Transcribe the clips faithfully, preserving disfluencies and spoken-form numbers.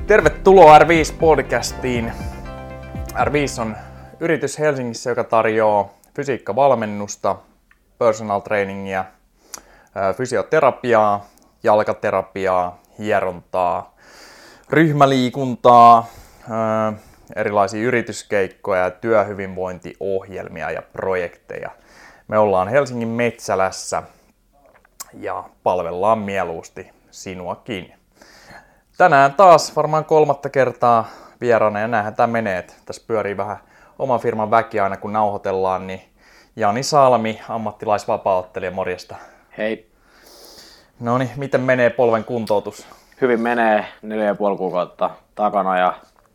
Tervetuloa R viisi podcastiin. R viisi on yritys Helsingissä, joka tarjoaa fysiikkavalmennusta, personal trainingia, fysioterapiaa, jalkaterapiaa, hierontaa, ryhmäliikuntaa, erilaisia yrityskeikkoja ja työhyvinvointiohjelmia ja projekteja. Me ollaan Helsingin Metsälässä ja palvellaan mieluusti sinuakin. Tänään taas varmaan kolmatta kertaa vieraana ja näinhän tämä menee, että tässä pyörii vähän oman firman väki aina kun nauhoitellaan, niin Jani Salmi, ammattilaisvapaaottelija, morjesta. Hei. No niin, miten menee polven kuntoutus? Hyvin menee, neljä ja puoli kuukautta takana ja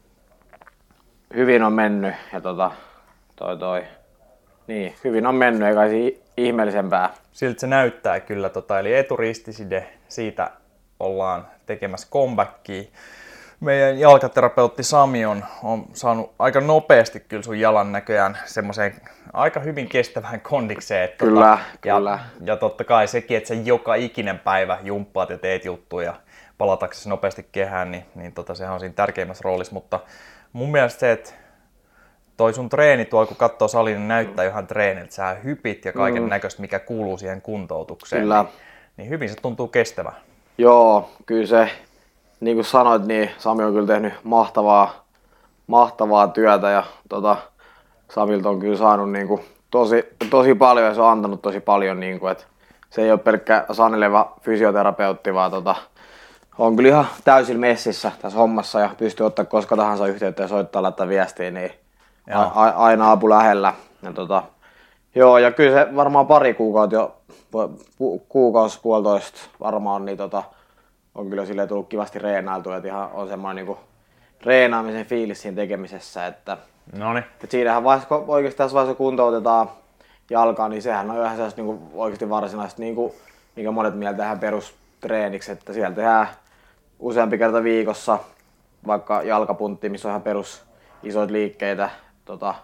hyvin on mennyt ja tota, toi toi, niin hyvin on mennyt eikä se ihmeellisempää. Siltä se näyttää kyllä, tota, eli eturistiside, siitä ollaan tekemässä comebackia. Meidän jalkaterapeutti Sami on, on saanut aika nopeasti kyllä sun jalan näköjään semmoiseen aika hyvin kestävään kondikseen. Että kyllä, tota, kyllä. Ja, ja totta kai sekin, että sä joka ikinen päivä jumppaat ja teet juttuja palataksesi nopeasti kehään, niin, niin tota, sehän on siinä tärkeimmässä roolissa. Mutta mun mielestä se, että toi sun treeni tuolla, kun katsoo salin, niin näyttää ihan treeniltä. Sä hypit ja kaiken mm. näköistä, mikä kuuluu siihen kuntoutukseen. Kyllä. Niin, niin hyvin se tuntuu kestävä. Joo, kyllä se, niin kuin sanoit, niin Sami on kyllä tehnyt mahtavaa, mahtavaa työtä ja tota, Samilta on kyllä saanut niin kuin, tosi, tosi paljon ja se on antanut tosi paljon. Niin kuin, että se ei ole pelkkä saneleva fysioterapeutti, vaan tota, on kyllä ihan täysin messissä tässä hommassa ja pystyy ottaa koska tahansa yhteyttä ja soittaa laittaa viestiä, niin a, a, aina apu lähellä. Ja tota, joo, ja kyllä se varmaan pari kuukautta jo, pu, kuukausi puolitoista varmaan, niin tota, on kyllä silleen tullut kivasti reenailtu, että ihan on semmoinen niinku reenaamisen fiilis siinä tekemisessä, että, että siinähän vaiheessa, kun oikeasti tässä vaiheessa kuntoutetaan jalkaa, niin sehän on ihan sellaista niinku oikeasti varsinaista, niinku, mikä monet mieltä tehdään perustreeniksi, että siellä tehdään useampi kerta viikossa vaikka jalkapuntti, missä on ihan perus isoita liikkeitä, tota,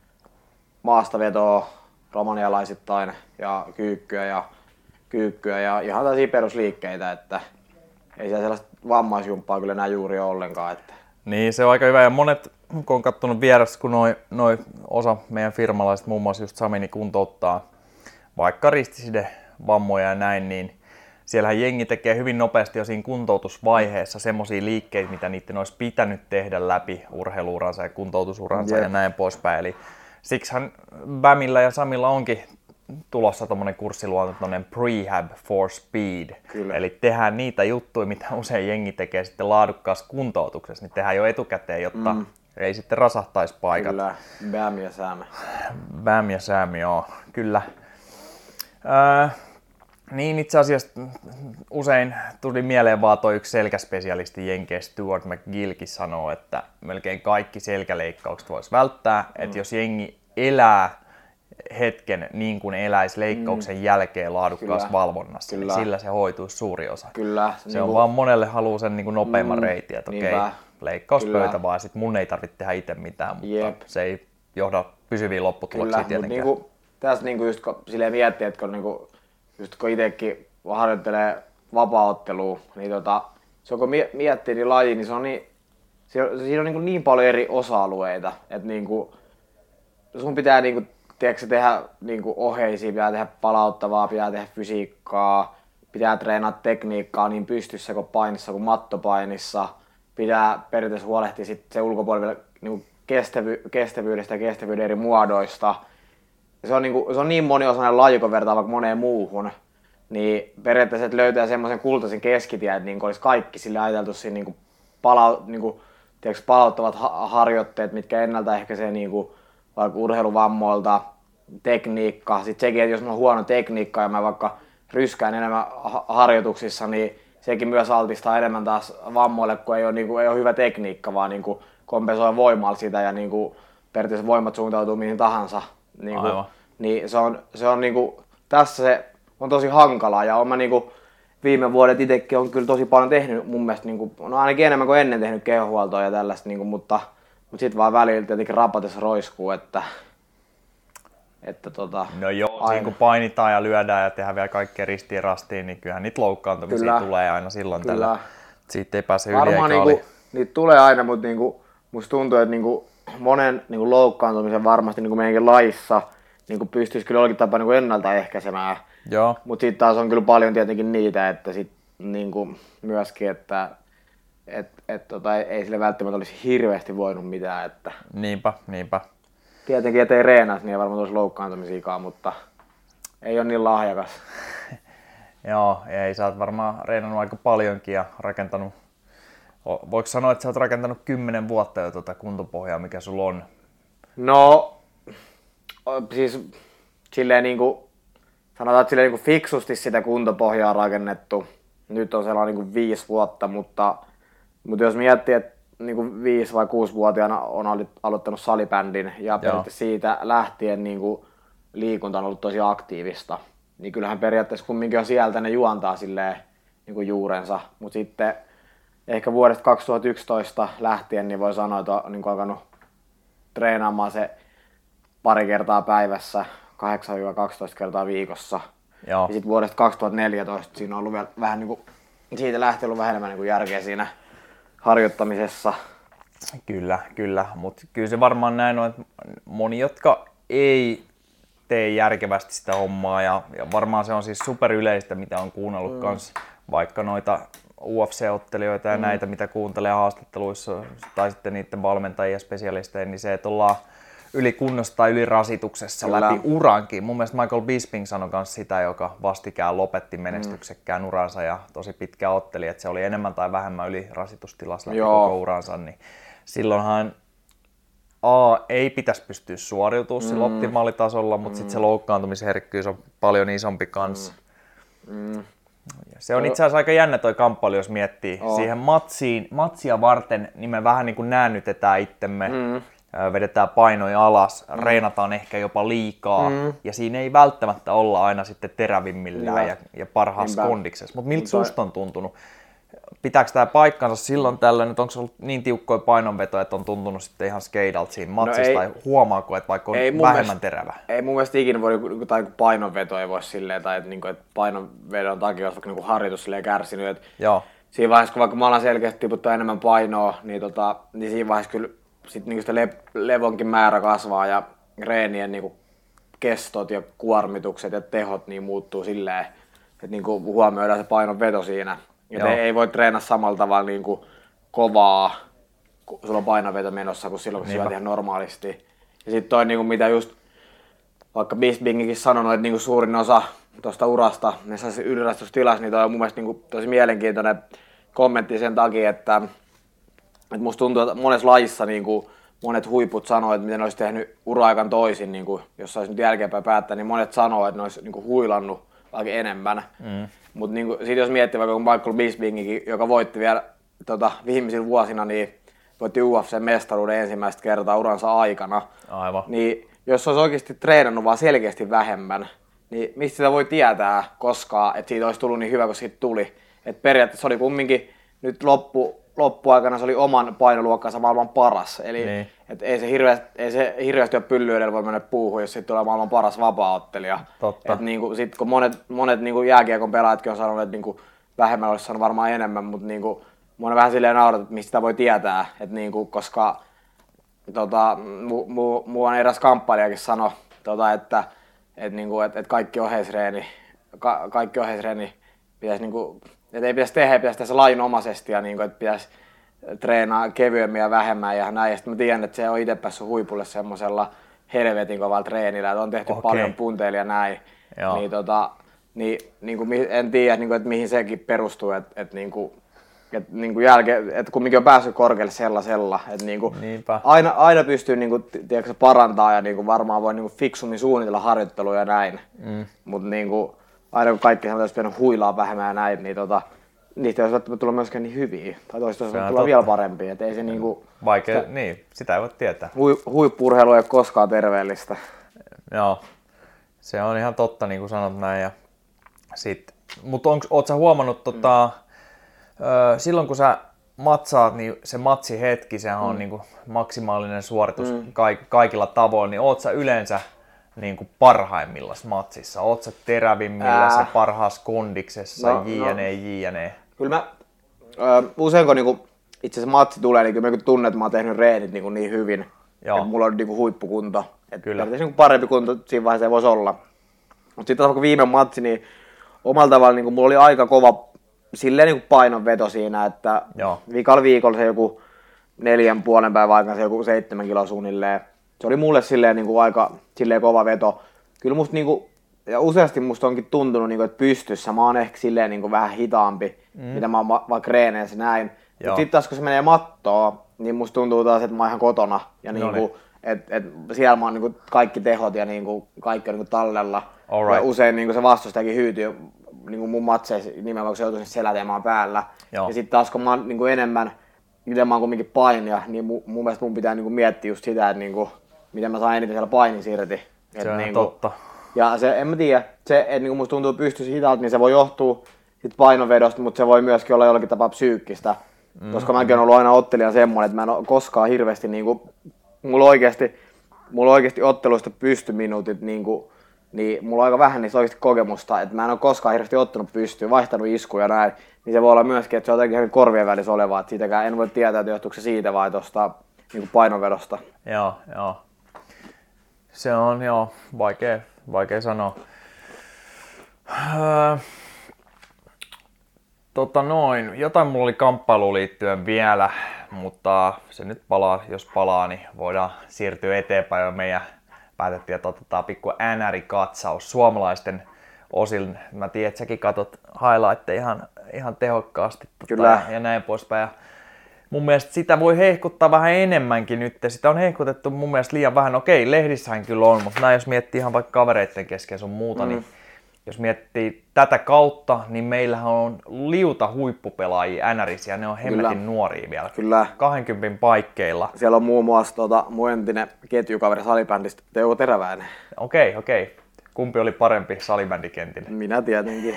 maastavetoa romanialaisittain ja kyykkyä ja, kyykkyä ja ihan tällaisia perusliikkeitä, että ei siellä sellaista vammaisjumppaa kyllä näe juuri ollenkaan. Että. Niin, se on aika hyvä. Ja monet, kun on katsonut vieressä, kun noi, noi osa meidän firmalaiset, muun muassa just Sami, niin kuntouttaa vaikka ristiside-vammoja ja näin, niin siellähän jengi tekee hyvin nopeasti jo siinä kuntoutusvaiheessa semmoisia liikkeitä, mitä niiden olisi pitänyt tehdä läpi urheiluuransa ja kuntoutusuransa Jep. ja näin poispäin. Eli siksihän Bämillä ja Samilla onkin tulossa tommonen kurssiluontoinen Prehab for Speed. Kyllä. Eli tehdään niitä juttuja, mitä usein jengi tekee sitten laadukkaassa kuntoutuksessa, niin tehdään jo etukäteen, jotta mm. ei sitten rasahtaisi paikat. Kyllä, Bäm ja Sam. Bäm ja Sam, joo, kyllä. Äh, niin itse asiassa usein tuli mieleen vaan toi yksi selkäspesialisti Jenkeistä, Stuart McGillkin sanoo, että melkein kaikki selkäleikkaukset voisi välttää, mm. että jos jengi elää hetken niin kuin eläisi leikkauksen mm. jälkeen laadukkaassa Kyllä. valvonnassa, Kyllä. niin sillä se hoituisi suuri osa. Kyllä, se niin on kuin vaan monelle haluaa sen niin kuin nopeamman mm, reitin, että okei, okay, leikkauspöytä vaan, sit mun ei tarvitse tehdä itse mitään, mutta Jep. se ei johda pysyviin lopputuloksiin tietenkään. Niin kuin, tässä niin kuin just kun silleen miettii, että kun, niin kuin, just kun itsekin harjoittelee vapaaottelua, niin tota, se on kun miettii niin laji, niin se on niin, siinä on niin, niin paljon eri osa-alueita, että niin kuin, sun pitää niin kuin, tiedätkö, tehdä niin kuin oheisia, pitää tehdä palauttavaa, pitää tehdä fysiikkaa, pitää treenata tekniikkaa niin pystyssä kuin painissa kuin mattopainissa, pitää periaatteessa huolehtia sit se ulkopuolella niin kestävy- kestävyydestä ja kestävyyden eri muodoista. Ja se, on niin kuin, se on niin moniosainen laji, kun vertaa vaikka moneen muuhun, niin periaatteessa että löytää semmoisen kultaisen keskitien, että niin olisi kaikki sille ajateltu siinä niin kuin palau- niin kuin, tiedätkö, palauttavat ha- harjoitteet, mitkä ennaltaehkäisee niin kuin vaikka urheiluvammoilta, tekniikka. Sitten sekin, että jos mä on huono tekniikka ja mä vaikka ryskään enemmän harjoituksissa, niin sekin myös altistaa enemmän taas vammoille, kun ei ole, niin kuin, ei ole hyvä tekniikka, vaan niin kuin kompensoi voimalla sitä ja niin kuin, periaatteessa voimat suuntautuu mihin tahansa. Niin, kuin, niin se on, se on niin kuin, tässä se on tosi hankalaa ja on mä niin kuin, viime vuodet itsekin on kyllä tosi paljon tehnyt mun mielestä, niin kuin, no ainakin enemmän kuin ennen tehnyt kehohuoltoa ja tällaista, niin kuin, mutta Mutta sitten vaan välillä tietenkin rapatessa roiskuu, että, että tota... No joo, siinä kun painitaan ja lyödään ja tehdään vielä kaikkea ristiin rastiin, niin kyllähän niitä loukkaantumisia kyllä. tulee aina silloin kyllä. tällä. Siitä ei pääse yli eikä niinku, niitä tulee aina, mutta niinku, musta tuntuu, että niinku monen niinku loukkaantumisen varmasti niinku meidänkin laissa niinku pystyisi kyllä jollakin tapaa niinku ennaltaehkäisemään. Joo. Mutta sitten taas on kyllä paljon tietenkin niitä, että sit niinku myöskin, että et, et, tota, ei sille välttämättä olisi hirveästi voinut mitään. Että Niinpä, niinpä. tietenkin, ettei reenaisi, niin ei varmaan tulisi loukkaantumisiakaan, mutta ei ole niin lahjakas. Joo, ei, sä oot varmaan reenannut aika paljonkin ja rakentanut, voiko sanoa, että sä oot rakentanut kymmenen vuotta jo tuota kuntopohjaa, mikä sulla on? No, siis silleen niinku, sanotaan, että silleen niinku fiksusti sitä kuntopohjaa rakennettu. Nyt on sellainen niinku viisi vuotta, mutta, mutta jos miettii, että niinku viisi- vai kuusivuotiaana on aloittanut salibändin ja siitä lähtien niinku liikunta on ollut tosi aktiivista, niin kyllähän periaatteessa kumminkin on sieltä ne juontaa silleen niinku juurensa, mutta sitten ehkä vuodesta kaksituhattayksitoista lähtien niin voi sanoa, että on niinku alkanut treenaamaan se pari kertaa päivässä, kahdeksan kaksitoista kertaa viikossa. Joo. Ja sitten vuodesta kaksituhattaneljätoista siinä on ollut vielä vähän niinku, siitä lähtien ollut vähän enemmän niinku järkeä siinä harjoittamisessa. Kyllä, kyllä, mutta kyllä se varmaan näin on, että moni, jotka ei tee järkevästi sitä hommaa ja, ja varmaan se on siis superyleistä, mitä on kuunnellut mm. kans, vaikka noita U F C-ottelijoita ja mm. näitä, mitä kuuntelee haastatteluissa tai sitten niiden valmentajia ja spesialisteja, niin se, että ollaan ylikunnossa tai ylirasituksessa Kyllä. läpi urankin. Mun mielestä Michael Bisping sanoi myös sitä, joka vastikään lopetti menestyksekkään mm. uransa ja tosi pitkä otteli, että se oli enemmän tai vähemmän ylirasitustilassa läpi Joo. koko uransa, niin silloinhan A, ei pitäisi pystyä suoriutumaan mm. sillä optimaalitasolla, mutta mm. sitten se loukkaantumisherkkyys on paljon isompi kanssa. Mm. Mm. Se on itse asiassa aika jännä toi kamppailu, jos miettii. Oh. Siihen matsiin, matsia varten niin me vähän niin kuin näännytetään itsemme, mm. vedetään painoja alas, mm. reenataan ehkä jopa liikaa mm. ja siinä ei välttämättä olla aina sitten terävimmillään ja, ja parhaassa Niinpä. kondiksessa. Mutta miltä Niinpä. susta on tuntunut? Pitääkö tämä paikkansa silloin tällöin, että onko se ollut niin tiukkoja painonvetoja, että on tuntunut sitten ihan skeidalta siinä matsissa, no tai huomaako, että vaikka on vähemmän mielestä, terävä? Ei mun mielestä ikinä voi, tai painonveto ei voi silleen, tai että, niinku, että painonvedon takia olisi vaikka niinku harjoitus silleen kärsinyt. Että Joo. Siinä vaiheessa, kun vaikka mä ollaan selkeästi tiputtaa enemmän painoa, niin, tota, niin siinä vaiheessa kyllä sit niinku sitä le- levonkin määrä kasvaa ja reenien niinku kestot ja kuormitukset ja tehot niin muuttuu silleen, että niinku huomioidaan se painonveto siinä. Ei, ei voi treenaa samalla tavalla niin kuin kovaa, kun sulla on painoveto menossa, kuin silloin, kun syöt ihan normaalisti. Ja sitten toi, niin kuin mitä just vaikka Bispingikin sanonut, että niin kuin suurin osa tuosta urasta, näissä ylirasitustilassa, niin toi on mun mielestä niin kuin tosi mielenkiintoinen kommentti sen takia, että, että musta tuntuu, että monessa lajissa niin kuin monet huiput sanoo, että miten ne olisi tehnyt ura-aikan toisin, niin kuin, jos olisi nyt jälkeenpäin päättää, niin monet sanoo, että ne olisi niin kuin huilannut aika enemmän. Mm. Mutta niinku, jos miettii vaikka Michael Bispingikin, joka voitti vielä tota, viimeisin vuosina, niin voitti U F C-mestaruuden ensimmäistä kertaa uransa aikana. Aivan. Niin jos olisi oikeasti treenannut vaan selkeästi vähemmän, niin mistä sitä voi tietää koskaan, että siitä olisi tullut niin hyvä, kun siitä tuli. Et periaatteessa se oli kumminkin nyt loppu, loppuaikana se oli oman painoluokkansa maailman paras. Eli niin. et ei, se hirveästi, ei se hirveästi ole pylly edellä voi mennä puuhun, jos siitä tulee maailman paras vapaa-ottelija. Et niinku, sit, kun monet, monet niinku jääkiekon pelaajatkin on sanonut, että niinku, vähemmän olisi sanonut varmaan enemmän, mutta niinku, monen vähän silleen naurat, että mistä sitä voi tietää. Et niinku, koska tota, mu, mu, muuan eräs kamppailijakin sanoi, tota, että et niinku, et, et kaikki oheisreeni, ka, kaikki oheisreeni pitäisi niinku, että ei pitäisi tehdä, pitäisi tehdä se lainomaisesti ja niin kuin, että pitäisi treenaa kevyemmin ja vähemmän ja näin. Ja sitten mä tiedän, että se on itse päässyt huipulle semmoisella helvetin kovalla treenillä, että on tehty okay. paljon punteilla ja näin. Niin, tota, niin, niin kuin, en tiedä, niin kuin, että mihin sekin perustuu, että, että, niin kuin, että, niin kuin jälkeen, että kumminkin on päässyt korkealle sellaisella. Että niin kuin, aina, aina pystyy niin kuin, tiedätkö, parantaa ja niin kuin, varmaan voi niin kuin, fiksummin suunnitella harjoittelua ja näin. Mm. Mutta niin kuin, aina kun kaikki olisi pitänyt huilaa vähemmän ja näin, niin tota, niistä ei olisi välttämättä tulla myöskään niin hyviä. Tai toista olisi tulla vielä parempia. Et ei se niinku, Vaikea, sitä, niin, sitä ei voi tietää. Hui, huippu-urheilu ei ole koskaan terveellistä. Joo, se on ihan totta niin kuin sanot näin. Ja sit, mutta ootko sä huomannut, tota, mm. ö, silloin kun sä matsaat, niin se matsihetki, sehän on mm. niin kuin maksimaalinen suoritus mm. kaik, kaikilla tavoilla, niin oot sä yleensä niin kuin parhaimmillaan matsissa? Oot sä terävimmillaan, se parhaassa kondiksessa, no, jne, no. jne? Kyllä mä ö, usein kun niinku itse asiassa matsi tulee, niin kyllä mä tunnen, että mä oon tehnyt reenit niin, niin hyvin. Että mulla on niin kuin huippukunto. Että niin parempi kunto siinä vaiheessa voisi olla. Mutta sitten kun viime matsi, niin omalla tavalla niin kuin mulla oli aika kova silleen niin kuin painonveto siinä, että viikalla viikolla se joku neljän puolen päivän aikana se joku seitsemän kiloa suunnilleen. Se oli mulle silleen niin kuin aika silleen kova veto. Kyllä musta niin kuin, ja useasti musta onkin tuntunut, niin kuin, että pystyssä mä oon ehkä silleen niin kuin vähän hitaampi, mm. mitä mä oon vaikka reeneissä näin. Mutta sitten taas kun se menee mattoon, niin musta tuntuu taas, että mä oon ihan kotona. Ja niin kuin, et, et siellä mä oon niin kuin kaikki tehot ja niin kuin kaikki on niin kuin tallella. Right. Ja usein niin kuin se vastustajakin hyytyy niin kuin mun matseissa nimenomaan, kun se joutuu seläteemään päällä. Joo. Ja sitten taas kun mä oon niin kuin enemmän, miten mä oon kumminkin painia, niin mun, mun mielestä mun pitää niin kuin miettiä just sitä, että niin kuin, miten mä saan eniten siellä painissa irti. Se on niin totta. Ja se, en mä tiedä, se, että niin kuin musta tuntuu pystyisi hitaalta, niin se voi johtua sit painovedosta, mutta se voi myöskin olla jollakin tapaa psyykkistä. Mm-hmm. Koska mäkin olen ollut aina ottelija semmoinen, että mä en ole koskaan hirveästi, niin kuin, mulla oikeasti, mulla oikeasti otteluista pystyminuutit, niin, kuin, niin mulla on aika vähän niistä oikeasti kokemusta, että mä en ole koskaan hirveästi ottanut pystyyn, vaihtanut iskuja ja näin. Niin se voi olla myöskin, että se on jotenkin korvien välissä olevaa, että siitäkään en voi tietää, että johtuuko se siitä vai tuosta niin painovedosta. Joo, joo. Se on joo, vaikea, vaikea sanoa. Öö, tota noin, jotain mulla oli kamppailuun liittyen vielä, mutta se nyt palaa, jos palaa, niin voidaan siirtyä eteenpäin ja meidän päätettiin, että otetaan pikku N R-katsaus suomalaisten osin. Mä tiedän, että säkin katot highlightteja ihan, ihan tehokkaasti tota, ja näin poispäin. Ja mun mielestä sitä voi hehkuttaa vähän enemmänkin nyt. Sitä on hehkutettu mun mielestä liian vähän. Okei, lehdissähän kyllä on, mutta näin jos miettii ihan vaikka kavereiden kesken sun muuta, mm. niin jos miettii tätä kautta, niin meillähän on liuta huippupelaajia N R:ssä ja ne on hemmetin kyllä. nuoria vielä. Kyllä. kaksikymmentä paikkeilla. Siellä on muun muassa tota, mun entinen ketjukaveri salibändistä, Teuvo Teräväinen. Okei, okei. Kumpi oli parempi salibändikentillä? Minä tietenkin.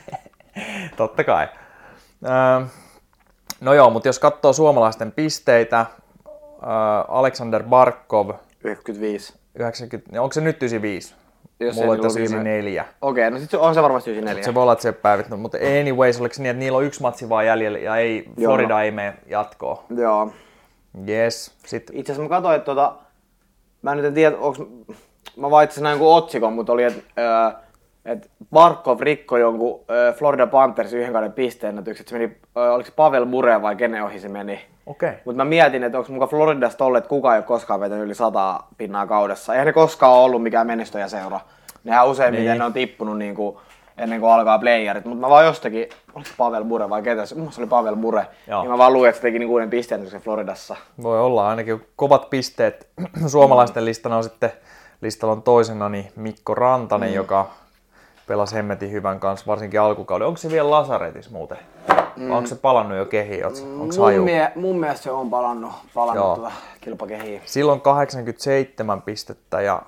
Totta kai. Öö, no joo, mutta jos katsoo suomalaisten pisteitä, öö, Aleksander Barkov. yhdeksänkymmentäviisi. yhdeksänkymmentä, onko se nyt yhdeksänkymmentäviisi? Jos mulla oli tässä yhdeksänkymmentäneljä. Okei, okay, no sit on se varmasti yhdeksänkymmentäneljä. Se voi olla, että se päivitty, mutta anyways, oliko se niin, että niillä on yksi matsi vaan jäljellä ja ei, Florida joo. ei mene jatkoon? Joo. Yes. Sitten. Itse asiassa mä katsoin, että tota, mä nyt en tiedä, onks, mä vaitsin näin kuin otsikon, mutta oli, että äh, et Barkov rikkoi jonkun äh, Florida Panthersin yhden kauden pisteennätyksen, että se meni, äh, oliko se Pavel Bure vai kenen ohi se meni? Okei. Okay. Mutta mä mietin, että onko mukaan Floridasta ollut, että kukaan ei ole koskaan vetänyt yli sata pinnaa kaudessa. Eihän ne koskaan ollut mikään menestyjäseura. Nehän useimmiten niin. ne on tippunut niin kuin, ennen kuin alkaa playerit. Mutta mä vaan jostakin, oliko Pavel Bure vai ketä se? Mun mielestä oli Pavel Bure. Joo. Niin mä vaan luin, että se teki niin uuden pisteennätyksen Floridassa. Voi olla, ainakin kovat pisteet. Suomalaisten listana on sitten, listalla on toisena niin Mikko Rantanen, mm. joka pelasi hemmetin hyvän kanssa, varsinkin alkukauden. Onko se vielä lasaretissa muuten? Mm. Onko se palannut jo kehiin? Onko mun, mie- mun mielestä se on palannut, palannut tuota kilpakehiin. Silloin kahdeksankymmentäseitsemän pistettä ja,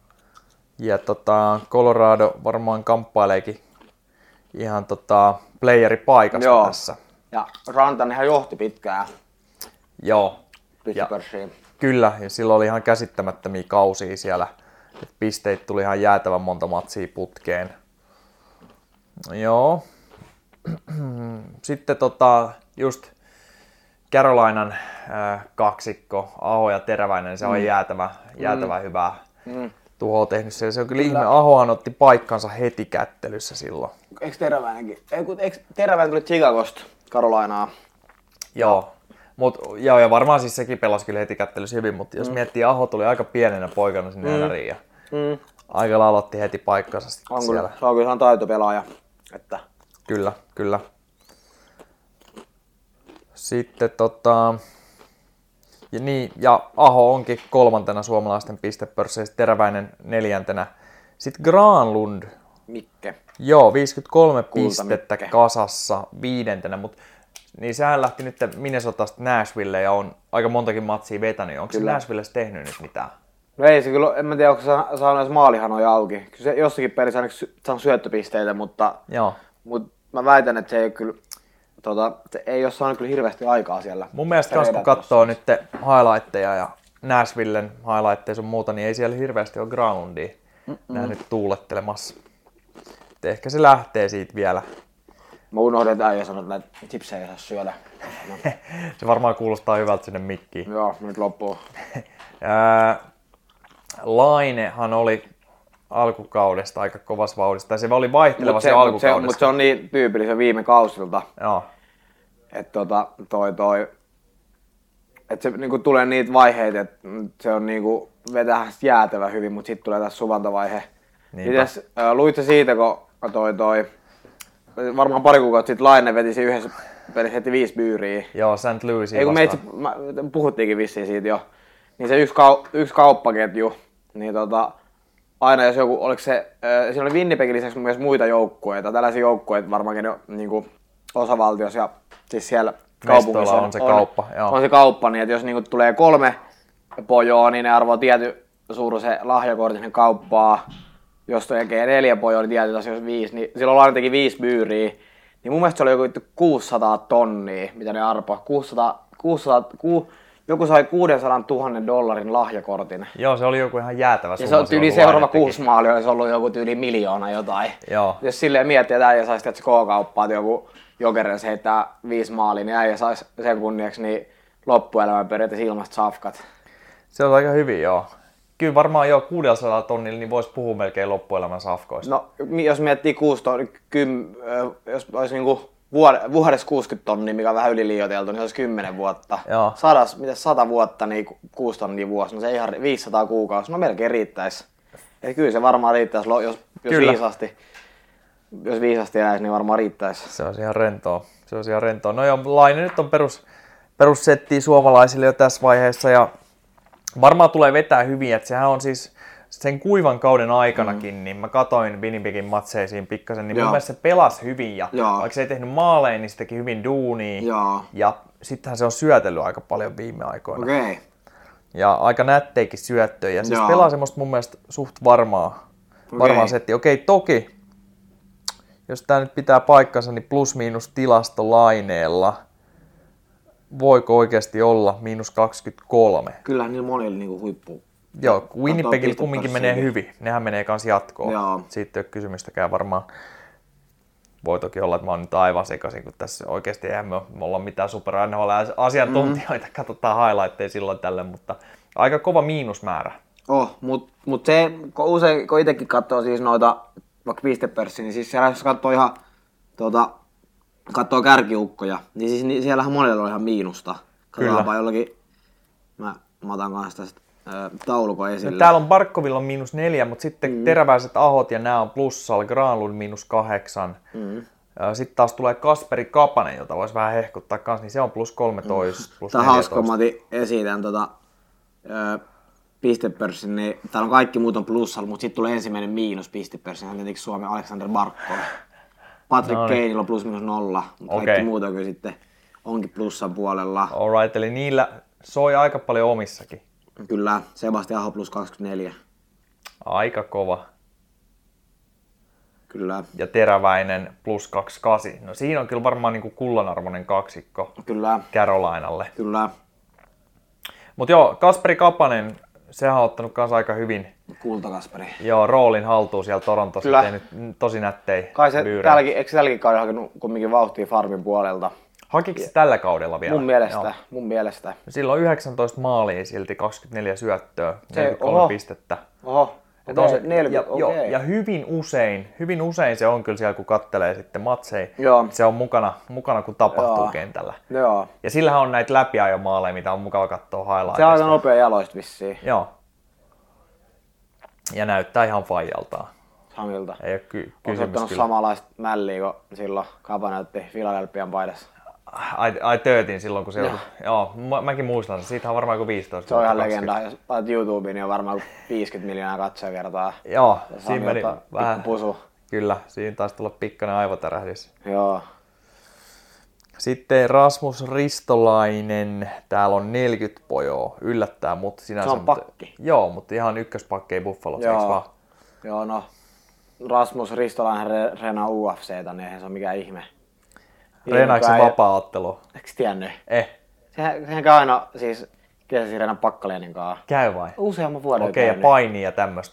ja tota, Colorado varmaan kamppaileekin ihan tota, playeripaikasta Joo. tässä. Ja Rantanenhan johti pitkään. Joo. Ja, kyllä, ja silloin oli ihan käsittämättömiä kausia siellä. Et pisteitä tuli ihan jäätävän monta matsia putkeen. Joo. Sitten tota, just Carolinan äh, kaksikko, Aho ja Teräväinen, se on mm. jäätävä, jäätävä mm. hyvää mm. tuhoa tehnyt siellä. Se on kyllä, kyllä. ihme, Ahohan otti paikkansa heti kättelyssä silloin. Eikö Teräväinenkin? Eikö Teräväinen tuli Chicagosta Carolinaa? Joo. Mut, joo, ja varmaan siis sekin pelasi kyllä heti kättelyssä hyvin, mutta jos mm. miettii, Aho tuli aika pienenä poikana sinne mm. N R:iin ja mm. aika lailla otti heti paikkansa on siellä. Kyllä, se on kyllä ihan taitopelaaja. Että. Kyllä, kyllä. Sitten tota... Ja, niin, ja Aho onkin kolmantena suomalaisten pistepörsseissä, Teräväinen neljäntenä. Sitten Granlund. Mikke. Joo, viisikymmentäkolme Kulta pistettä Mikke. kasassa viidentenä, mutta niin sehän lähti nyt Minnesotasta Nashville ja on aika montakin matsia vetänyt. Onko kyllä. se Nashvillessä tehnyt nyt mitään? No ei se kyllä, en mä tiedä, onko se saanut edes maalihanoja auki. Kyllä se jossakin pelissä on saanut syöttöpisteitä, mutta, mutta mä väitän, että se ei kyllä, tota, se ei ole saanut kyllä hirveästi aikaa siellä. Mun mielestä kans, kun katsoo nyt highlightteja ja Nashvillen highlightteja sun muuta, niin ei siellä hirveästi ole Granlundia nähnyt tuulettelemassa. Et ehkä se lähtee siitä vielä, Mä unohdin, että äijä sanoi, että näitä chipsejä ei saa syödä. No. Se varmaan kuulostaa hyvältä sinne mikkiin. Joo, nyt loppuu. Lainehan oli alkukaudesta aika kovassa vauhdissa, tai se oli vaihteleva se, se alkukaudesta. Mutta se on niin tyypillisen viime kausilta, Joo. että tota, toi toi, että se niinku tulee niitä vaiheita, että se on niinku vetää jäätävä hyvin, mutta sitten tulee tässä suvantavaihe. Mites, äh, luit sä siitä, kun toi toi, varmaan pari kuukautta sitten Laine vetisi yhdessä pelissä heti viisi byyriä. Joo, Saint Louisin Ei kun me itse, mä, puhuttiinkin vissiin siitä jo, niin se yksi, kau, yksi kauppaketju, niin tota, aina jos joku, oliko se, äh, siinä oli Winnipegin lisäksi myös muita joukkueita, tällaisia joukkueita varmaankin jo niin osavaltiossa ja siis siellä kaupungissa on, on se kauppa. On, on se kauppa, niin että jos niin tulee kolme pojoa, niin ne arvoo tietyn suuruisen lahjakortin kauppaa. Jos tekee neljä pojoa, niin tietysti asioissa viisi, niin silloin Laine teki viisi byyriä. Niin mun mielestä se oli joku kuusisataa tonnia, mitä ne arpoi. kuusisataa, kuusisataa, ku, joku sai kuusisataatuhatta dollarin lahjakortin. Joo, se oli joku ihan jäätävä summa. Ja se on tyyli seuraava kuusi maalia, olisi ollut joku tyyli miljoona jotain. Joo. Jos silleen miettii, että äijä saisi K-kauppaa, että joku Jokeres heittää viisi maalia, niin äijä saisi sen kunniaksi niin loppuelämän periaatteessa ilmasta safkat. Se on aika hyvin, joo. Kyllä varmaan jo kuusisataa tonnilla niin voisi puhua melkein loppuelämän safkoista. No, jos miettii kuusi tonnia, jos olisi niinku vuodessa kuusikymmentä tonnia, mikä on vähän yliliioiteltu, niin se olisi kymmenen vuotta. Joo. Sadas, mitä sata vuotta, niin kuusi tonnia vuosi, no se ihan viisisataa kuukausi, no melkein riittäisi. Eli kyllä se varmaan riittäisi, jos, jos viisasti. Jos viisasti eläisi, niin varmaan riittäisi. Se on ihan rentoa. Se on ihan rentoa. No joo, Laine nyt on perus, perussettiä suomalaisille jo tässä vaiheessa ja varmaan tulee vetää hyvin, että sehän on siis sen kuivan kauden aikanakin, mm. niin mä katoin Winnipegin matseisiin pikkasen, niin Joo. mun mielestä se pelasi hyvin ja Joo. vaikka se ei tehnyt maaleja, niin se teki hyvin duunia Joo. ja sittenhän se on syötellyt aika paljon viime aikoina. Okay. Ja aika nätteikin syöttöjä ja siis pelaa semmoista mun mielestä suht varmaa, okay. varmaa settiä. Okei, toki jos tää nyt pitää paikkansa, niin plus-miinus tilasto Laineella. Voiko oikeasti olla miinus kaksikymmentäkolme? Kyllähän niillä monilla niinku huippu. Joo, Winnipegillä kumminkin menee hyvin. Nehän menee kans jatkoon. Joo. Siitä ei ole kysymystäkään varmaan. Voi toki olla, että mä oon nyt aivan sekaisin, kun tässä oikeasti eihän me, me olla mitään super N H L-asiantuntijoita. Mm. Katsotaan highlightteja silloin tälle, mutta aika kova miinusmäärä. Oh, mutta mut se, kun usein kun itsekin katsoo siis noita vaikka pistepörssiä, niin siis siellä jos katsoo ihan tuota, katsoo kärkiukkoja, niin siis niin siellähän monella on ihan miinusta. Katsotaanpa jollakin, mä, mä otan kanssa tästä ä, taulukon esille. No, täällä on Barkovilla on miinus neljä, mutta sitten mm. teräväiset Ahot ja nämä on plussalla, Granlund miinus kahdeksan. Mm. Sitten taas tulee Kasperi Kapanen, jota voisi vähän hehkuttaa kanssa, niin se on plus kolmetoista, mm. plus Tämä on hauska, kun mä otin esitän tota, ä, pistepörssin, niin täällä on kaikki muut on plussalla, mutta sitten tulee ensimmäinen miinus pistepörssin, hän tietenkin Suomen Alexander Barkov. Patrick no niin. Kaneilla on plus minus nolla, mutta okay. kaikki muuta kyllä sitten onkin plussan puolella. Alright, eli niillä soi aika paljon omissakin. Kyllä, Sebastian Aho plus kaksikymmentäneljä. Aika kova. Kyllä. Ja Teräväinen plus kaksikymmentäkahdeksan. No siinä on kyllä varmaan niinku kullanarvoinen kaksikko. Kyllä. Carolinalle. Kyllä. Mut joo, Kasperi Kapanen, sehän on ottanut kans aika hyvin Kultakasperi. Joo, roolin haltuun siellä Torontossa, tehnyt tosi nättejä kai se täälläkin, eikö se tälläkin kaudella hakenut kumminkin vauhtia Farmin puolelta? Hakiko se tällä kaudella vielä? Mun mielestä, Joo. mun mielestä. Silloin yhdeksäntoista maalia silti, kaksikymmentäneljä syöttöä, se, neljäkymmentäkolme oho. pistettä. Oho, okay. on se, neljäkymmentä, ja, okay. jo, ja hyvin usein, hyvin usein se on kyllä siellä, kun kattelee sitten matseja, Joo. se on mukana, mukana kun tapahtuu Joo. kentällä. Joo. Ja sillähän on näitä läpiajomaaleja, mitä on mukava katsoa highlightista. Se on aika nopea jaloista vissiin. Joo. Ja näyttää ihan faijaltaan. Samilta. Ei ole ky- kysymys kyllä. Onko ottanut samanlaista mälliä kuin silloin Kapa näytti Philadelphian paidassa? Ai, ai töötin silloin, kun se joutui. Joo, mä, mäkin muistan sen. Siitä on varmaan joku viisitoista. Se on ihan legenda. Jos laitat YouTubeen, niin on varmaan viisikymmentä miljoonaa katsojakertaa. Joo, siinä meni vähän. Pusu. Kyllä, siinä taisi tulla pikkainen aivotärähdys. Joo. Sitten Rasmus Ristolainen, täällä on neljäkymmentä pojoa, yllättää mut sinänsä. Se on pakki. Mutta, joo, mutta ihan ykköspakki ei Buffalossa, eikö vaan? Joo, no Rasmus Ristolainen re- reenaa U F C:tä, niin eihän se ole mikään ihme. Reenaako se vapaa-ottelu? Eikö tiennyt? Eh. Sehän, sehän käy aina siis kesäsi reenaa Pakkaleenin kanssa. Käy vai? Useamman vuoden Okei, okay, ja painia ja tämmöstä.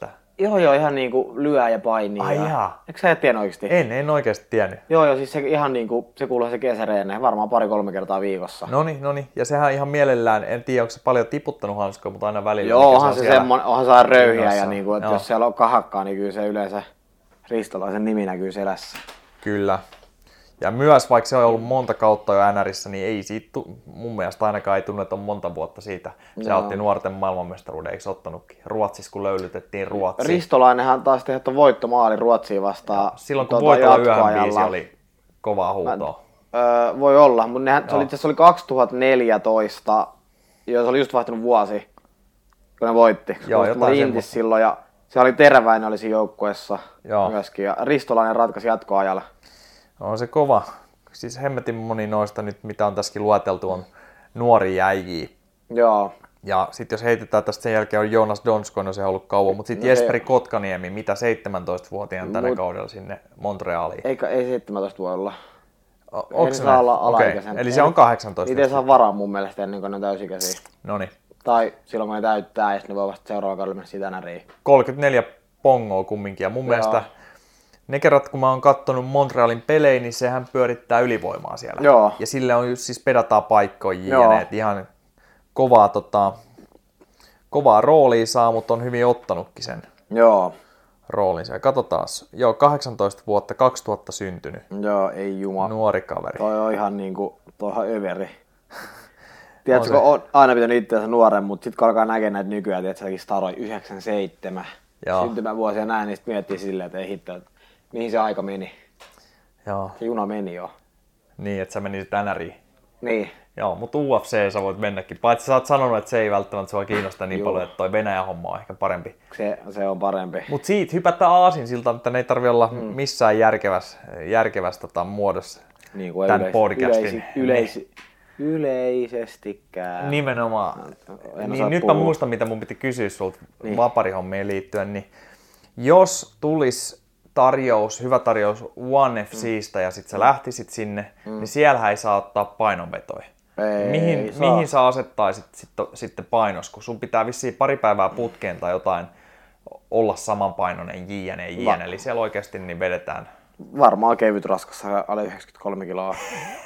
Joo, joo, ihan niinku lyö ja painii. Ai ja... jaa. Eikö sä et tiennyt oikeesti? En, en oikeasti tiennyt. Joo, joo, siis se ihan niinku, se kuuluu se kesäreenne, varmaan pari-kolme kertaa viikossa. Noni, noni. Ja sehän ihan mielellään, en tiedä onko se paljon tiputtanut hanskoa, mutta aina välillä. Joo, onhan se, se semmoinen, onhan saa röyhiä ja niinku, että joo. jos siellä on kahakkaa, niin kyllä se yleensä Ristolaisen nimi näkyy selässä. Kyllä. Ja myös vaikka se on ollut monta kautta jo N R:ssä, niin ei siitä, mun mielestä ainakaan ei tunne, että on monta vuotta siitä. Se Joo. otti nuorten maailmanmestaruuden, eikö ottanutkin? Ruotsissa, kun löylytettiin Ruotsi. Ristolainenhan taas tehty voittomaali Ruotsiin vastaan. Silloin kun tuota, Voitolla yöhön jatkoajalla. biisi oli kovaa huutoa. Öö, voi olla, mutta nehän, se oli, se oli kaksituhattaneljätoista, jo, se oli just vaihtunut vuosi, kun ne voitti. Joo, Koska jotain oli Intis silloin ja se oli Teräväinen oli siinä joukkueessa myöskin ja Ristolainen ratkaisi jatkoajalla. On se kova. Siis hemmetin moni noista nyt, mitä on tässäkin lueteltu, on nuori jäijiä. Joo. Ja sitten jos heitetään tästä sen jälkeen on Joonas Donskoi, no se on ollut kauan, mutta sitten No Jesperi se... Kotkaniemi, mitä seitsemäntoistavuotiaan tänä Mut... kaudella sinne Montrealiin. Eikä, ei seitsemäntoista voi olla. O- onko se saa olla okay. alaikäisen. Eli se on kahdeksantoista. Niitä ei saa varaa mun mielestä ennen kuin ne on täysikäisiä. Noniin. Tai silloin kun ne täyttää ja sitten ne voi vasta seuraavalla kaudella mennä siitä N Riin. kolmekymmentäneljä pongoa kumminkin ja mun Joo. mielestä ne kerrat kun mä oon kattonut Montrealin pelejä, niin sehän pyörittää ylivoimaa siellä. Joo. Ja sille on just siis pedataan paikkoja ja ne, ihan kovaa, tota, kovaa roolia saa, mutta on hyvin ottanutkin sen Joo. roolinsa. Ja katsotaan, joo, kahdeksantoista vuotta, kaksituhatta syntynyt. Joo, ei juma. Nuori kaveri. Toi on ihan niinku, toi on ihan överi. Tiedätkö, kun on aina pitänyt itseänsä nuoren, mutta sitten kun alkaa näkee näitä nykyään, tiedätkö, säkin staroi yhdeksänkymmentäseitsemän syntymävuosia ja näin, niin sitten miettii silleen, että ei hitto, että mihin se aika meni. Joo. Se juna meni jo. Niin, että sä menisit N Riin. Niin. Joo, mutta U F C sä voit mennäkin. Paitsi sä oot sanonut, että se ei välttämättä sua kiinnosta niin paljon, että toi Venäjän homma on ehkä parempi. Se, se on parempi. Mutta siitä hypätään aasinsilta, että ne ei tarvi olla mm. missään järkevässä, järkevässä tota, muodossa niin kuin tämän yleis, podcastin. Yleis, yleis, yleisestikään. Nimenomaan. En niin, nyt mä muistan, mitä mun piti kysyä sulta niin. vaparihommien liittyen. Niin jos tulisi tarjous, hyvä tarjous One F C:stä mm. ja sit sä lähtisit sinne, mm. niin siellähän ei saa ottaa painonvetoja. Ei, mihin, saa. mihin sä asettaisit sitten, sitten painos, kun sun pitää vissiin pari päivää putkeen tai jotain olla samanpainoinen jne, jne. Eli siellä oikeasti niin vedetään. Varmaan kevyt raskas, alle yhdeksänkymmentäkolme kiloa.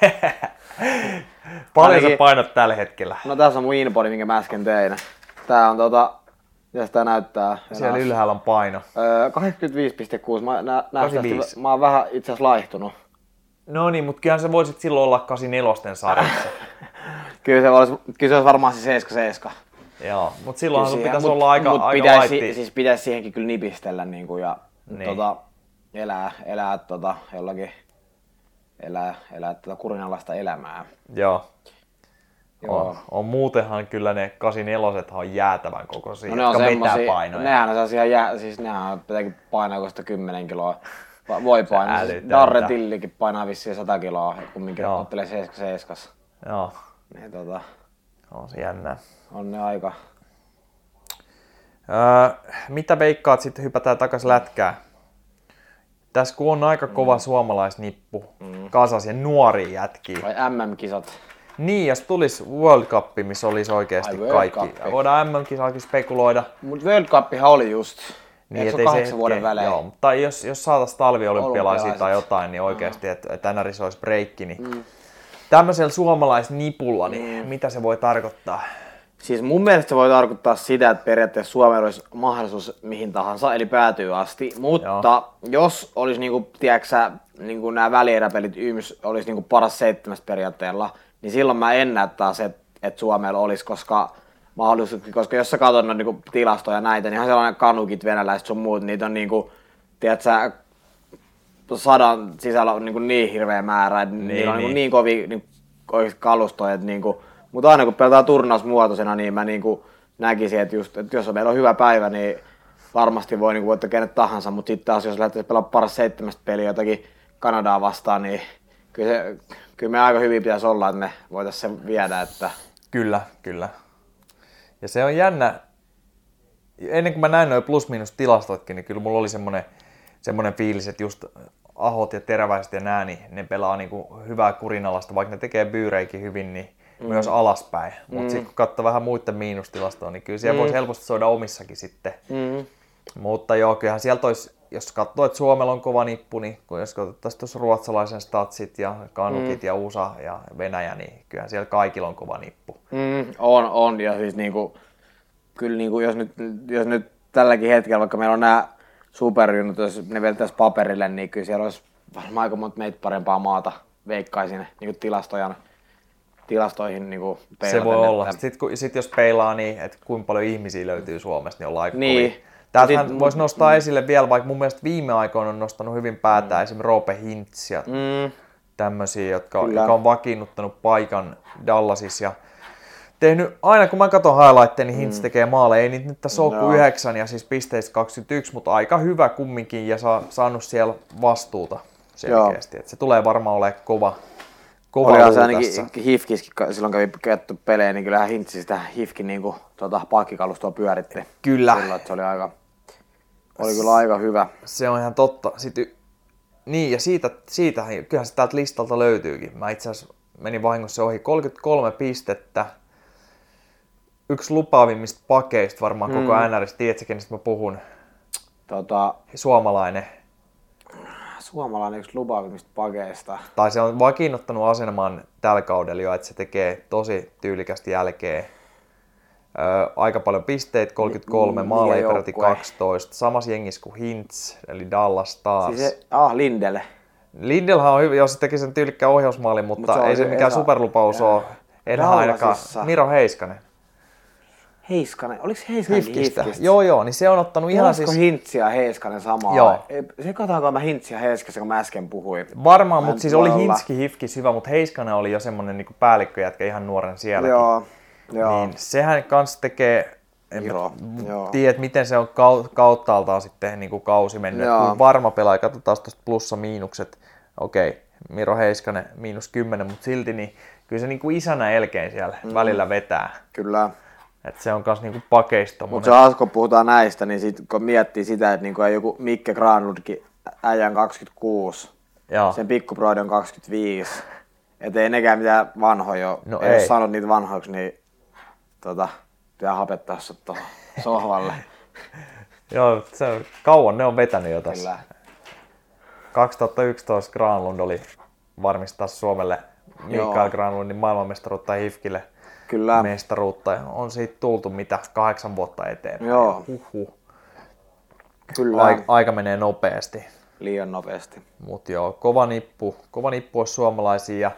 Paljon Ainakin... sä painot tällä hetkellä? No tässä on mun inbody, minkä mä äsken tein. Tää on tota, mitä tää näyttää? Siellä ylhäällä on paino. Öö, kahdeksankymmentäviisi pilkku kuusi. Mä, nä, näyttävästi, mä oon vähän itse asiassa laihtunut. No niin, mutta kyllähän sä voisit silloin olla kahdeksankymmentäneljä sarjassa. kyllä, se olisi, kyllä se olisi varmaan se seitsemän seitsemän. Joo, mutta silloinhan sun pitäisi mut, olla aika, mut aika pitäisi, laitti. Siis pitäisi siihenkin kyllä nipistellä niinku, ja niin. tota, elää, elää tota, jollakin, elää, elää tota kurinalaista elämää. Joo. Joo. On, on muutenhan kyllä ne kahdeksankymmentäneljä on jäätävän kokoisia, no jotka vetää painoja. Nehän on sellaisia, jää, siis nehän on jotenkin painaa kuin sitä kymmenen kiloa. Voi painaa. Siis Darre Tillikin painaa vissiin sata kiloa, kumminkin ottelee seitsemän seitsemän. Joo. Niin, tota, on se jännää. On ne aika. Öö, mitä veikkaat sitten, hypätään takaisin lätkään? Tässä kun on aika kova mm. suomalaisnippu mm. kasas ja nuoria jätkiä. Vai M M-kisat. Niin, jos tulisi World Cup, missä olisi oikeasti Ai, kaikki. Cup. Voidaan M M-kisaakin spekuloida. Mutta World Cupihan oli just. Niin, se kahdeksan vuoden välein? Joo, tai jos, jos saataisiin talviolympialaisia tai jotain, niin oikeasti, mm. että et N R:ssä olisi breikki, niin mm. tämmöisellä suomalaisnipulla, niin mm. mitä se voi tarkoittaa? Siis mun mielestä se voi tarkoittaa sitä, että periaatteessa Suomella olisi mahdollisuus mihin tahansa, eli päätyy asti, mutta Joo. jos olisi niinku, tiedätkö, niinku nämä välieräpelit yms olisi niinku paras seitsemästä periaatteella, niin silloin mä en näe taas, että et Suomella olisi, koska mahdollisuus, koska jos sä katsot noita niinku tilastoja näitä, niin ihan sellainen kanukit, venäläiset sun muut, niitä on niinku, tiedätkö, sadan sisällä on niinku niin hirveä määrä, että niin, niillä on niin, niin kovia niin kalustoja, että niinku, mutta aina kun pelataan turnausmuotoisena, niin mä niinku näkisin, että, just, että jos meillä on hyvä päivä, niin varmasti voi niinku voittaa kenet tahansa, mutta sitten taas jos lähtee pelaamaan paras seitsemästä peliä jotakin Kanadaa vastaan, niin kyllä, se, kyllä me aika hyvin pitäisi olla, että me voitaisiin sen viedä. Että... Kyllä, kyllä. Ja se on jännä, ennen kuin mä näin noin plus-miinus tilastotkin, niin kyllä mulla oli semmoinen, semmoinen fiilis, että just Ahot ja Teräväiset ja nää, niin ne pelaa niinku hyvää kurinalasta, vaikka ne tekee byyreikin hyvin, niin mm. myös alaspäin. Mutta mm. sitten kun katsoo vähän muiden miinustilastoa, niin kyllä siellä mm. voisi helposti soida omissakin sitten. Mm. Mutta joo, kyllähän sieltä olisi, jos katsoo, että Suomella on kova nippu, niin kun jos katsottaisiin tuossa ruotsalaisen statsit ja kanukit mm. ja U S A ja Venäjä, niin kyllähän siellä kaikilla on kova nippu. Mm, on, on. Ja siis niinku, kyllä niinku, jos, nyt, jos nyt tälläkin hetkellä, vaikka meillä on nämä superjunnut, jos ne vedettäisiin paperille, niin kyllä siellä olisi varmaan aika monta meitä parempaa maata, veikkaisin niin tilastojan, tilastoihin niin peilaten. Se voi että... olla. Sitten sit jos peilaa, niin että kuinka paljon ihmisiä löytyy Suomesta, niin ollaan aika niin. kovia. Täältähän sit... voisi nostaa mm. esille vielä, vaikka mun mielestä viime aikoina on nostanut hyvin päätään, mm. esimerkiksi Roope Hintz ja mm. tämmöisiä, jotka, jotka on vakiinnuttanut paikan Dallasissa. Ja tehnyt, aina kun mä katson highlightteja, niin Hintz mm. tekee maaleja. Ei niitä nyt tässä ole kuin yhdeksän ja siis pisteistä kaksikymmentäyksi, mutta aika hyvä kumminkin ja saa, saanut siellä vastuuta selkeästi. Et se tulee varmaan olemaan kova. Olihan se ainakin Hifkiskin, silloin kävi käytetty pelejä, niin kyllähän Hintsi sitä Hifkin niin tota, pakkikalustoa pyöritti. Kyllä. Silloin, se oli, aika, oli kyllä aika hyvä. Se on ihan totta. Sitten, niin ja siitä, siitä, kyllähän se täältä listalta löytyykin. Mä itse asiassa menin vahingossa ohi kolmekymmentäkolme pistettä. Yksi lupaavimmista pakeista varmaan hmm. koko N R:ssä. Tiedätkö, kenestä mä puhun? Tota... Suomalainen. Suomalainen yksi lupaavimmista pakeista. Tai se on vakiinnuttanut aseman tällä kaudella jo, että se tekee tosi tyylikästi jälkeen. Öö, aika paljon pisteitä, kolmekymmentäkolme, mm, maaleja peräti kaksitoista. Samas jengissä kuin Hintz, eli Dallas Stars. Siis se, ah, Lindelle. Lindelhän on hyvä, jos se teki sen tyylikkään ohjausmaalin, mutta Mut se ei se mikään Esa... superlupaus ole. Enhän ainakaan. Miro Heiskanen. Heiskanen, oliko se Heiskanen Hifkistä? Joo, joo, niin se on ottanut ihan siis... Olisiko Hintz ja Heiskanen samaa? Joo. Se katsotaanko mä Hintz ja Heiskasen, kun mä äsken puhuin. Varmaan, mutta siis oli Hintzkin Hifkis hyvä, mutta Heiskanen oli jo semmonen niinku päällikköjätkä ihan nuoren sielläkin. Joo, joo. Niin sehän kanssa tekee, en Joo, joo. tiedä miten se on kauttaaltaan sitten niinku kausi mennyt. Varma pelaaja, katsotaan tuosta plussa-miinukset. Okei, Miro Heiskanen miinus kymmenen, mutta silti niin kyllä se niinku isänä elkein siellä mm. välillä vetää. Kyllä. Että se on kans niinku pakeisto. Mutta se kun puhutaan näistä, niin sit, kun miettii sitä, että niinku joku Mikke Granlundkin äijän kaksikymmentäkuusi, Joo. sen pikkuproidi on kaksikymmentäviisi, et ei nekään mitään vanhoja no ei. Jos sanot niitä vanhoiksi, niin tota, pitää hapettaa sut tuohon sohvalle. Joo, se on, kauan ne on vetänyt jo tässä. Kyllä. kaksituhattayksitoista Granlund oli varmistaa Suomelle Mikael Granlundin maailmanmestaruutta Hifkille. Kyllä. Mestaruutta. On siitä tultu mitä kahdeksan vuotta eteenpäin. Joo. Huhhuh. Kyllä. Aika, aika menee nopeasti. Liian nopeasti. Mut joo, kova nippu. Kova nippu olisi suomalaisia.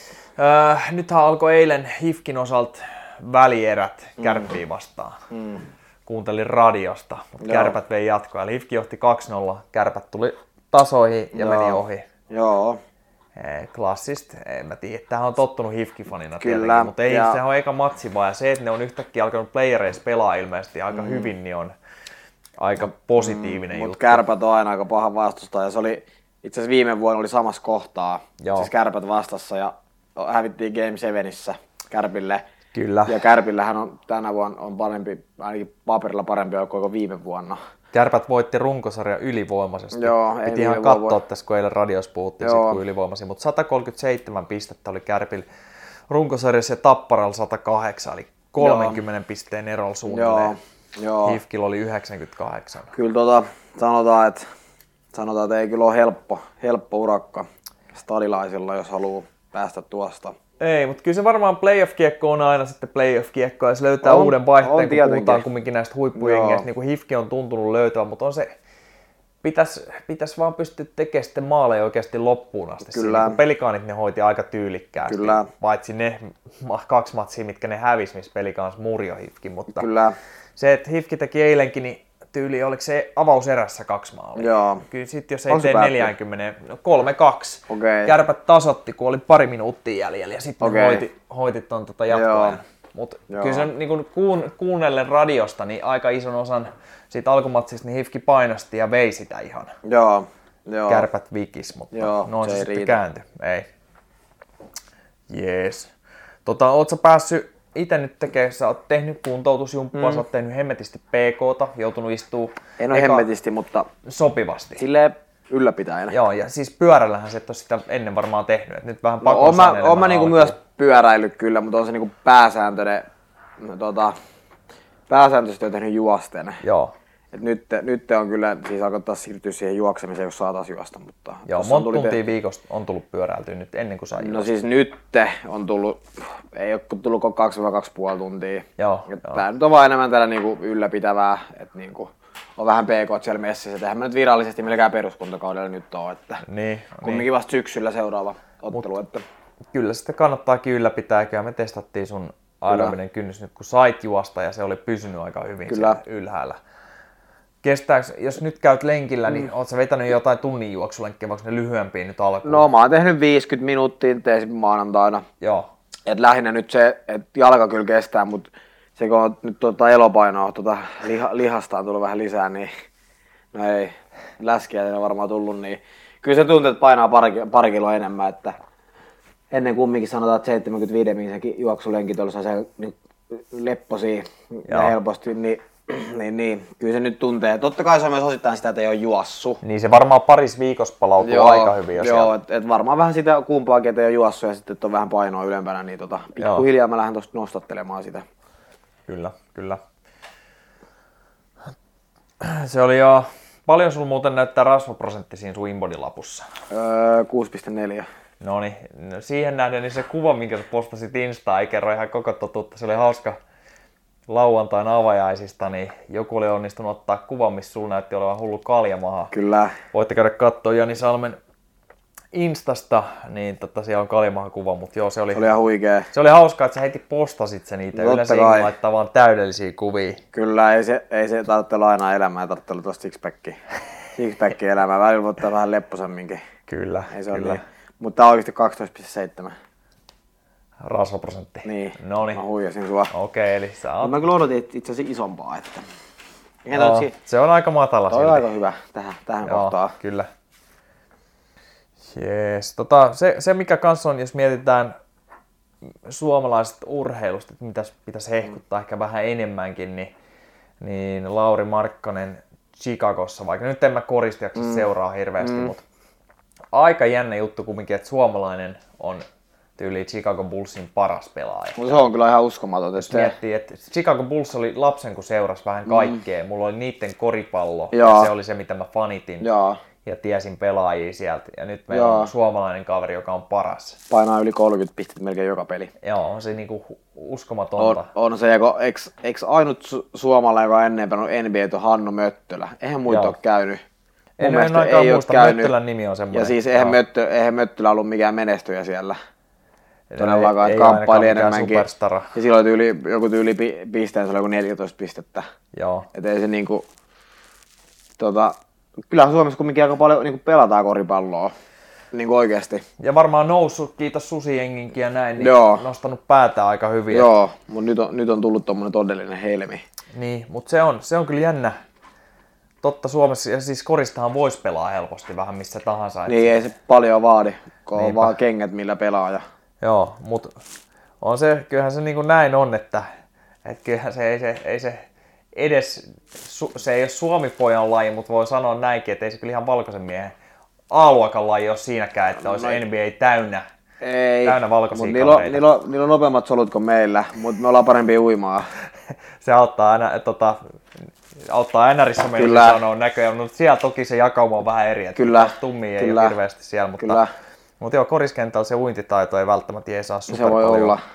Öö, nythän alkoi eilen Hifkin osalta välierät mm. Kärppiä vastaan. Mm. Kuuntelin radiosta, mutta Kärpät vei jatkoa. Eli Hifki johti kaksi nolla. Kärpät tuli tasoihin ja joo. meni ohi. Joo. Klassista, en mä tiedä. Tähän on tottunut Hifki-fanina tietenkin, mutta ei ja... se on eka matsi vaan. Ja se, että ne on yhtäkkiä alkanut playereissa pelaa ilmeisesti aika mm. hyvin, niin on aika positiivinen mm, juttu. Mutta Kärpät on aina aika paha vastustaja. Ja se oli, itse asiassa viime vuonna oli samassa kohtaa, Joo. siis Kärpät vastassa ja hävittiin Game seitsemänissä Kärpille. Kyllä. Ja Kärpillähän on tänä vuonna on parempi, ainakin paperilla parempi joukko kuin viime vuonna. Kärpät voitti runkosarjan ylivoimaisesti. Joo, Piti ihan katsoa voi... tässä, kun eilen radiossa puhuttiin, sit, kun ylivoimasi. Mutta sata kolmekymmentäseitsemän pistettä oli Kärpillä runkosarjassa ja Tapparalla sata kahdeksan, eli kolmenkymmenen Joo. pisteen erolla suunnilleen. Joo. Hifkillä oli yhdeksänkymmentäkahdeksan. Kyllä tota, sanotaan, että, sanotaan, että ei kyllä ole helppo, helppo urakka stadilaisilla, jos haluaa päästä tuosta. Ei, mutta kyllä se varmaan playoff-kiekko on aina sitten playoff-kiekko, ja se löytää on, uuden vaihteen, kun puhutaan kumminkin näistä huippujengeistä, niin kuin Hifki on tuntunut löytävän, mutta on se, pitäisi pitäis vaan pystyä tekemään sitten maaleja oikeasti loppuun asti. Kyllä. Siinä, Pelikaanit ne hoiti aika tyylikkäästi, Kyllä. paitsi ne kaksi matsia, mitkä ne hävisi, missä Pelikaans murjo Hifki, mutta Kyllä. se, että Hifki teki eilenkin, niin tyyli, oliko se avauserässä kaksi maalia? Joo. Kyllä sit jos ei on tee neljäkymmentä, no kolme kaksi. Okay. Kärpät tasotti, kun oli pari minuuttia jäljellä ja sitten okay. hoiti, hoiti ton tota jatkoajan. Mutta kyllä se niin kun kuun, kuunnellen radiosta, niin aika ison osan siitä alkumatsista niin Hifki painosti ja vei sitä ihan. Joo. Joo. Kärpät vikis, mutta Joo, noin se, se sitten kääntyi. Ei. Jees. Tota, oot sä päässyt itse nyt tekee, sä oot tehnyt kuntoutusjumppaa, mm. sä oot tehnyt hemmetisti P K:ta, joutunut istuu En ole hemmetisti, mutta sopivasti. Silleen ylläpitäen. Joo, ja siis pyörällähän se et ole sitä ennen varmaan tehnyt, et nyt vähän no, pakon mä, oon mä niinku myös pyöräillyt kyllä, mutta on se niinku pääsääntöinen, no, tota, pääsääntöisesti on tehnyt juosten. Joo. Et nyt, nyt on kyllä, siis alkoi taas siirtyä siihen juoksemiseen, jos saataisiin juosta. Mutta joo, monta tuntia te... viikosta on tullut pyöräiltyä nyt ennen kuin sai No juosta? siis nyt on tullut, ei ole tullut kuin kaksi vai kaksi puoli tuntia. Joo, Tämä nyt on vaan enemmän tällä niinku ylläpitävää, että niinku on vähän P K siellä messissä. Eihän me nyt virallisesti millekään peruskuntakaudella nyt ole. Että niin, kumminkin niin. vasta syksyllä seuraava ottelu. Mut, että... Kyllä sitten kannattaakin ylläpitää. Kyllä me testattiin sun aerobinen kynnys nyt kun sait juosta ja se oli pysynyt aika hyvin kyllä ylhäällä. Kestääks, jos nyt käyt lenkillä, niin mm. ootko sä vetänyt jotain tunnin juoksulenkkiä, vaikka ne lyhyempiä nyt alkuun? No mä oon tehnyt viisikymmentä minuuttia tein maanantaina. Joo. Et lähinnä nyt se, että jalka kyllä kestää, mutta se kun on nyt tuota elopainoa, tuota liha, lihasta on tullut vähän lisää, niin no ei, läskiä ei ole varmaan tullut, niin kyllä se tuntuu, että painaa pari, pari kiloa enemmän, että ennen kumminkin sanotaan, että seitsemänkymmentäviisi minuutin juoksulenkit olisi se niin lepposia ja helposti, niin Niin, niin, kyllä se nyt tuntee. Totta kai se on myös osittain sitä, että ei ole juossut. Niin se varmaan paris viikossa palautuu joo, aika hyvin. Jos joo, että et varmaan vähän sitä kumpaakin, että ei ole juossut ja sitten että on vähän painoa ylempänä, niin tota, pikkuhiljaa mä lähden tuosta nostattelemaan sitä. Kyllä, kyllä. Se oli jo, paljon sulla muuten näyttää rasvaprosentti siinä sun InBody-lapussa? Öö, kuusi pilkku neljä. No niin, no siihen nähden niin se kuva, minkä sä postasit Instaan, ei kerro ihan koko totuutta. Se oli hauska. Lauantain avajaisista, niin joku oli onnistunut ottaa kuvan, missä sulla näytti olevan hullu kaljamaha. Kyllä. Voitte käydä katsoa Jani Salmen Instasta, niin tota, siellä on kaljamahan kuva, mutta joo, se oli, se oli ihan huikea. Se oli hauskaa, että sä heti postasit sen itse. No, yleensä ihminen laittaa vaan täydellisiä kuvia. Kyllä, ei se, ei se tarvitse olla aina elämää, ei tarvitse olla tuosta sixpackia. Sixpackia elämää, välillä voi ottaa vähän lepposemminkin. Kyllä, ei se kyllä. Niin. Mutta tää on oikeesti kaksitoista pilkku seitsemän. Rasvaprosentti. Niin, Noniin. mä huijasin sua. Okei, eli sä oot... Mä kyllä odotin itse asiassa isompaa, että... No, se on aika matala silti. Se on aika hyvä tähän, tähän joo, kohtaan. Kyllä. Jees. Tota, se, se mikä kanssa on, jos mietitään suomalaisesta urheilusta, että mitä pitäisi hehkuttaa mm. ehkä vähän enemmänkin, niin, niin Lauri Markkanen Chicagossa, vaikka nyt en mä koristiaksessa mm. seuraa hirveästi, mm. mutta aika jännä juttu kumminkin, että suomalainen on tyyli Chicago Bullsin paras pelaaja. Se on kyllä ihan uskomaton. Jos miettii, että Chicago Bulls oli lapsen, kun seurasi vähän kaikkea. Mm. Mulla oli niiden koripallo Jaa. ja se oli se, mitä mä fanitin. Jaa. Ja tiesin pelaajia sieltä. Ja nyt meillä Jaa. on suomalainen kaveri, joka on paras. Painaa yli kolmekymmentä pistettä melkein joka peli. Joo, on se niinku uskomatonta. On, on se, eikö, eikö ainut su- suomalainen, joka on ennen pelannut N B A, on Hannu Möttölä? Eihän muita Joo. ole käynyt. En, en aikaan muista, Möttölän nimi on semmoinen. Ja siis eihän, Möttö, eihän Möttölä ollut mikään menestyjä siellä. Todellakaan, että kamppaili enemmänkin. Superstara. Ja silloin tyyli, joku tyyli pisteen, se oli joku neljätoista pistettä. Joo. Et ei se niinku... Tota, kyllähän Suomessa kumminkin aika paljon niinku pelataan koripalloa. Niinku oikeesti. Ja varmaan noussut, kiitos Susi-jenginkin ja näin, niin Joo. nostanut päätä aika hyvin. Joo, mutta nyt on, nyt on tullut tommonen todellinen helmi. Niin, mutta se on, se on kyllä jännä. Totta Suomessa, ja siis koristahan voisi pelaa helposti vähän missä tahansa. Niin, ei se paljon vaadi, kun on vaan kengät millä pelaa. Ja... Joo, mutta on se, kyllähän se niin kuin näin on, että, että kyllähän se ei, se ei se edes, se ei ole Suomi-pojan laji, mutta voi sanoa näinkin, että ei se kyllä ihan valkoisen miehen A-luokan laji ole siinäkään, että olisi no, N B A täynnä, ei, täynnä valkoisia kavereita. Niillä on, niillä, on, niillä on nopeammat solut kuin meillä, mutta me ollaan parempia uimaa. Se auttaa aina, tota, auttaa N R:ssä meillä sanoa näköjään, mutta siellä toki se jakauma on vähän eri, että kyllä, tummia kyllä, ei ole hirveästi siellä, mutta, kyllä. mutta joo, koriskentällä se uintitaito ei välttämättä ei saa super se voi paljon. Olla.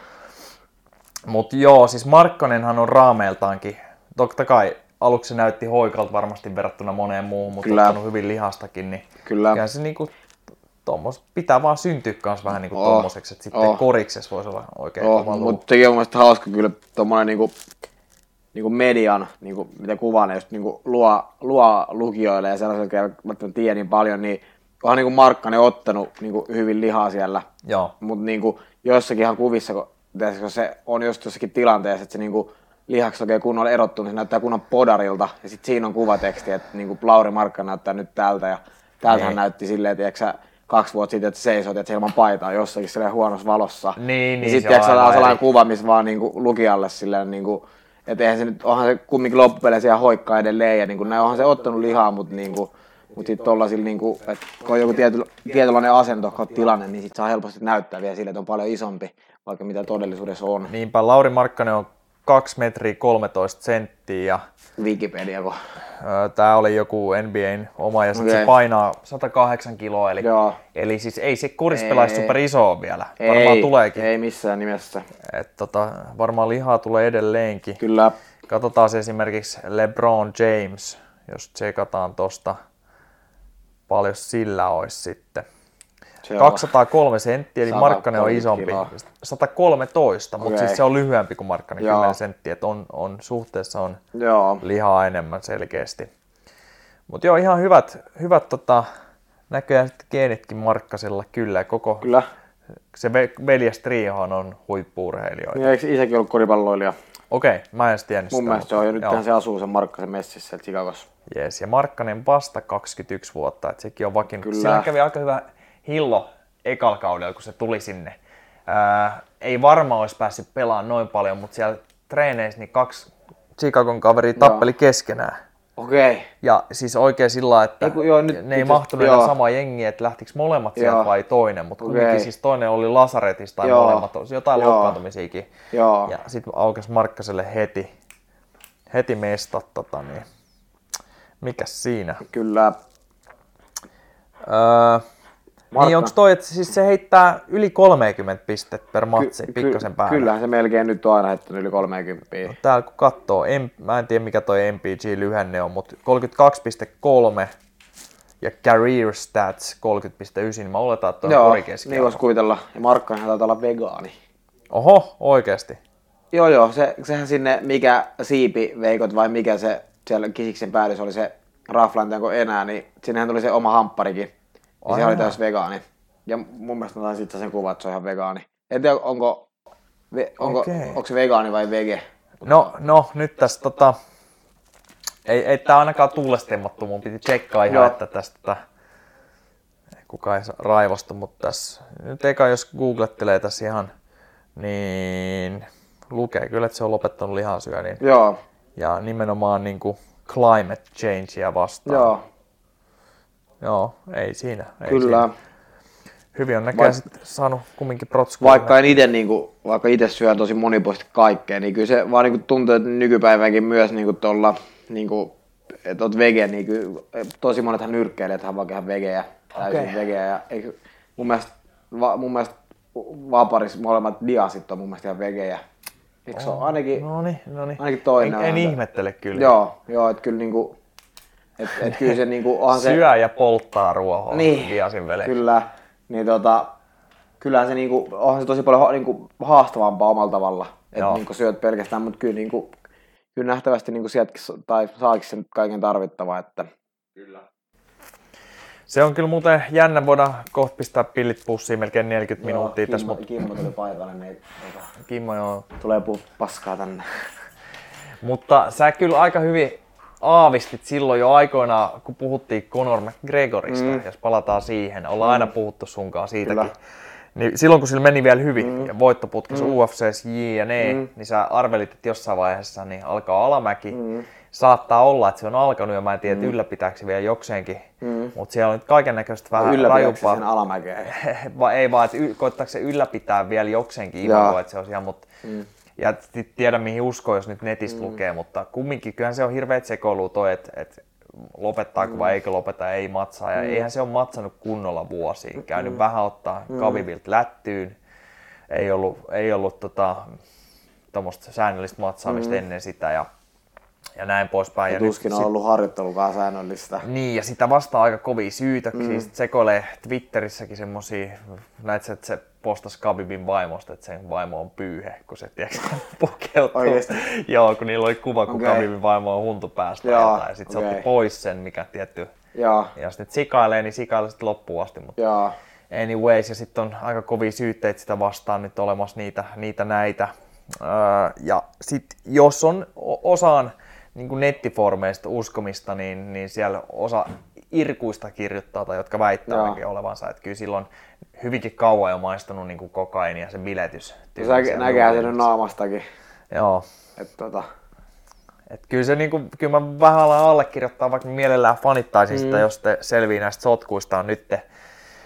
Mutta joo, siis Markkanenhan on raameiltaankin, totta kai aluksi se näytti hoikalta varmasti verrattuna moneen muuhun, mutta kyllä. ottanut hyvin lihastakin, niin kyllä. se niinku, tommos, pitää vaan syntyä kans vähän niinku oh. tommoseksi, että sitten oh. koriksessa voisi olla oikein oh. kova luu. Mutta sekin on mielestäni hauska kyllä tommonen niinku niinku median, niinku, mitä kuvaan, just niinku luo, luo lukijoille ja sellaisille, jotka ei tiedä niin paljon, niin onhan niinku Markkanen ottanut niinku hyvin lihaa siellä. Mutta niinku, joissakinhan kuvissa, kun, kun se on just jossakin tilanteessa, että se niinku, lihaksi oikein kunnolla erottunut, se näyttää kunnon podarilta. Ja sitten siinä on kuvateksti, että niinku Lauri Markkanen näyttää nyt tältä. Ja täältä hän näytti silleen, että kaksi vuotta sitten, että seisot, että se ilman paitaa jossakin silleen huonossa valossa. Niin, niin, niin sitten on sellainen kuva, missä vaan niinku lukijalle silleen niinku, että eihän se nyt, onhan se kumminkin loppupeleissä ihan hoikkaa edelleen ja niinku, onhan se ottanut lihaa, mutta niinku, mut sitten tollasilla niinku, että kun on joku tiety, tietynlainen asento, tilanne, niin sit saa helposti näyttää vielä sille, että on paljon isompi, vaikka mitä todellisuudessa on. Niinpä, Lauri Markkanen on kaksi metriä kolmetoista senttiä ja Wikipedia. tää oli joku N B A:n oma ja sit okay. se painaa sata kahdeksan kiloa, eli, eli siis ei se kurispelaisi super iso ole vielä. Varmaan ei, tuleekin. Ei missään nimessä. Et tota, varmaan lihaa tulee edelleenkin. Kyllä. Katsotaan se esimerkiksi LeBron James, jos tsekataan tosta, paljon sillä olisi sitten. Se kaksisataakolme senttiä, eli Markkanen on isompi. Kiloa. sata kolmetoista, okay. Mutta siis se on lyhyempi kuin Markkanen, Joo. kymmenen senttiä, että on, on, suhteessa on Joo. lihaa enemmän selkeästi. Mutta joo, ihan hyvät, hyvät tota, näköjään sitten geenitkin Markkasella kyllä. Koko kyllä. Se veljestriohan on huippu-urheilijoita. Niin, eikö isäkin ollut koripalloilija? Okei, okay, mä en edes tiennyt Mun sitä. Mun mielestä se on, ja nythän se asuu sen Markkasen messissä siellä Chicagossa. Jees, ja Markkanen vasta kaksikymmentäyksi vuotta, että sekin on vakiintunut. Siellä kävi aika hyvä hillo ekalla kaudella, kun se tuli sinne. Ää, ei varmaan olisi päässyt pelaamaan noin paljon, mutta siellä treeneissä niin kaksi Chicagon kaveria tappeli Joo. keskenään. Okei. Okay. Ja siis oikein sillä että Eiku, joo, nyt, ne ei mahtunut enää samaa jengiä, että lähtikö molemmat sieltä joo. vai toinen, mutta okay. kuitenkin siis toinen oli lasaretista tai joo. molemmat, olisi jotain joo. loukkaantumisiakin. Joo. Ja sitten aukesi Markkaselle heti, heti mestat, tota, niin mikäs siinä? Kyllä. Öö, niin onko toi, että siis se heittää yli kolmekymmentä pistettä per matsi, ky- pikkasen päälle? Kyllähän se melkein nyt on aina heittänyt yli kolmekymmentä. No, täällä kun katsoo, M, mä en tiedä mikä toi M P G-lyhenne on, mutta kolmekymmentäkaksi pilkku kolme ja Career Stats kolmekymmentä pilkku yhdeksän, niin mä oletan, että toi on korikeskiarvo. Niin voisi kuvitella. Ja Markkanen taitaa olla vegaani. Oho, oikeesti? Joo joo, se, sehän sinne, mikä siipiveikot vai mikä se siellä Kisiksen päädyssä oli se raflantianko enää, niin sinnehän tuli se oma hampparikin. Ja se oli täys vegaani. Ja mun mielestä mä tain sitten sen kuvan, että se on ihan vegaani. En tiedä, onko, onko, okay. onko se vegaani vai vege. No, no nyt tässä tota... Ei, ei tää ainakaan tuulestemmattu, mun piti tsekkaa ihan, Joo. että tästä tota... Kukaan ei raivostu, mutta tässä... Nyt eka jos googlettelee tässä ihan, niin... Lukee kyllä, että se on lopettanut lihansyönnin. Joo. Ja nimenomaan niinku climate changea vastaan. Joo. Joo, ei siinä. Ei Kyllä. Siinä. Hyvin on näköjään Vaik- saanut kumminkin protskua. Vaikka en ite niinku, vaikka itse syön tosi monipuolisesti kaikkea, niin kyllä se vaan niinku tuntuu, että nykypäivänkin myös niinku tuolla niinku, että oot vege, niin kyllä, tosi monethan nyrkkeilee, että hän vaikka ihan vegeä, täysin okay. vegeä. Ja eikö, mun mielestä, va, mun mielestä vaparis molemmat diasit on mun mielestä ihan vegejä. Eikö oh. se ole ainakin, noniin, noniin. ainakin toinen? En, en ihmettele kyllä. Joo, joo, että kyllä niinku, et, et kyllä se niinku onhan se... Syö ja polttaa ruohoa niin, diasin veleissä. Kyllä, niin tota, kyllähän se niinku, onhan se tosi paljon niinku haastavampaa omalla tavalla, että niinku syöt pelkästään, mutta kyllä, niinku, kyllä nähtävästi niinku sieltäkin tai saakin sen kaiken tarvittavaa, että... Kyllä. Se on kyllä muuten jännä, voidaan kohta pistää pillit pussiin melkein neljäkymmentä joo, minuuttia Kimmo, tässä. Mutta... Kimmo tuli paikalle, niin tota, Kimmo joo. Tulee puu paskaa tänne. Mutta sä kyllä aika hyvin aavistit silloin jo aikoinaan, kun puhuttiin Conor McGregorista, mm. jos palataan siihen. Ollaan mm. aina puhuttu sunkaan siitäkin. Kyllä. Niin silloin kun sillä meni vielä hyvin mm. ja voittoputkes mm. U F C:ssä J ja ne, mm. niin sä arvelit, että jossain vaiheessa niin alkaa alamäki. Mm. Saattaa olla, että se on alkanut ja mä en tiedä, että mm. ylläpitääkö se vielä jokseenkin. Mm. Mutta siellä on nyt kaiken näköistä vähän no, rajumpaa. Sen alamäkeen? Ei vaan, että y- koettaako se ylläpitää vielä jokseenkin imagoa, että se on ihan, mutta... Mm. Ja tiedä mihin uskoo, jos nyt netistä mm. lukee, mutta kumminkin kyllähän se on hirveet sekoilua toi, että et lopettaako mm. vai eikö lopeta, ei matsaa. Ja mm. eihän se ole matsannut kunnolla vuosiin. Käynyt mm. vähän ottaa mm. Khabibilta lättyyn. Ei ollut, ei ollut tota, tommoista säännöllistä matsaamista mm. ennen sitä ja, ja näin poispäin. Ja, ja tuskin on sit... ollut harjoittelukaan säännöllistä. Niin, ja sitä vastaa aika kovia syytöksiä. Mm. Sitten sekoilee Twitterissäkin semmosia, näet että se postasi Khabibin vaimosta, että sen vaimo on pyyhe, kun se tiedätkö, pukeutuu. Oikeesti? Joo, kun niillä oli kuva, kun okay. Khabibin vaimo on huntupäästä. Ja, ja sitten okay. se otti pois sen, mikä tietty. Ja, ja sitten sikailee, niin sikailee sitten loppuun asti. Mutta ja. Anyways, ja sitten on aika kovia syytteitä sitä vastaan nyt olemassa niitä, niitä näitä. Öö, ja sitten jos on osaan niin kuin nettiformeista uskomista, niin, niin siellä osa irkuista kirjoittaa tai jotka väittää ainakin olevansa. Että kyllä silloin hyvinkin kauan jo maistanut niin kuin kokaini ja se biletys. Se näkee sen naamastakin. Joo. Et, tota... Et kyllä, se, niin kuin, kyllä mä vähän alan allekirjoittaa, vaikka mielellään fanittaisin mm. sitä, jos te selvii näistä sotkuista on nyt,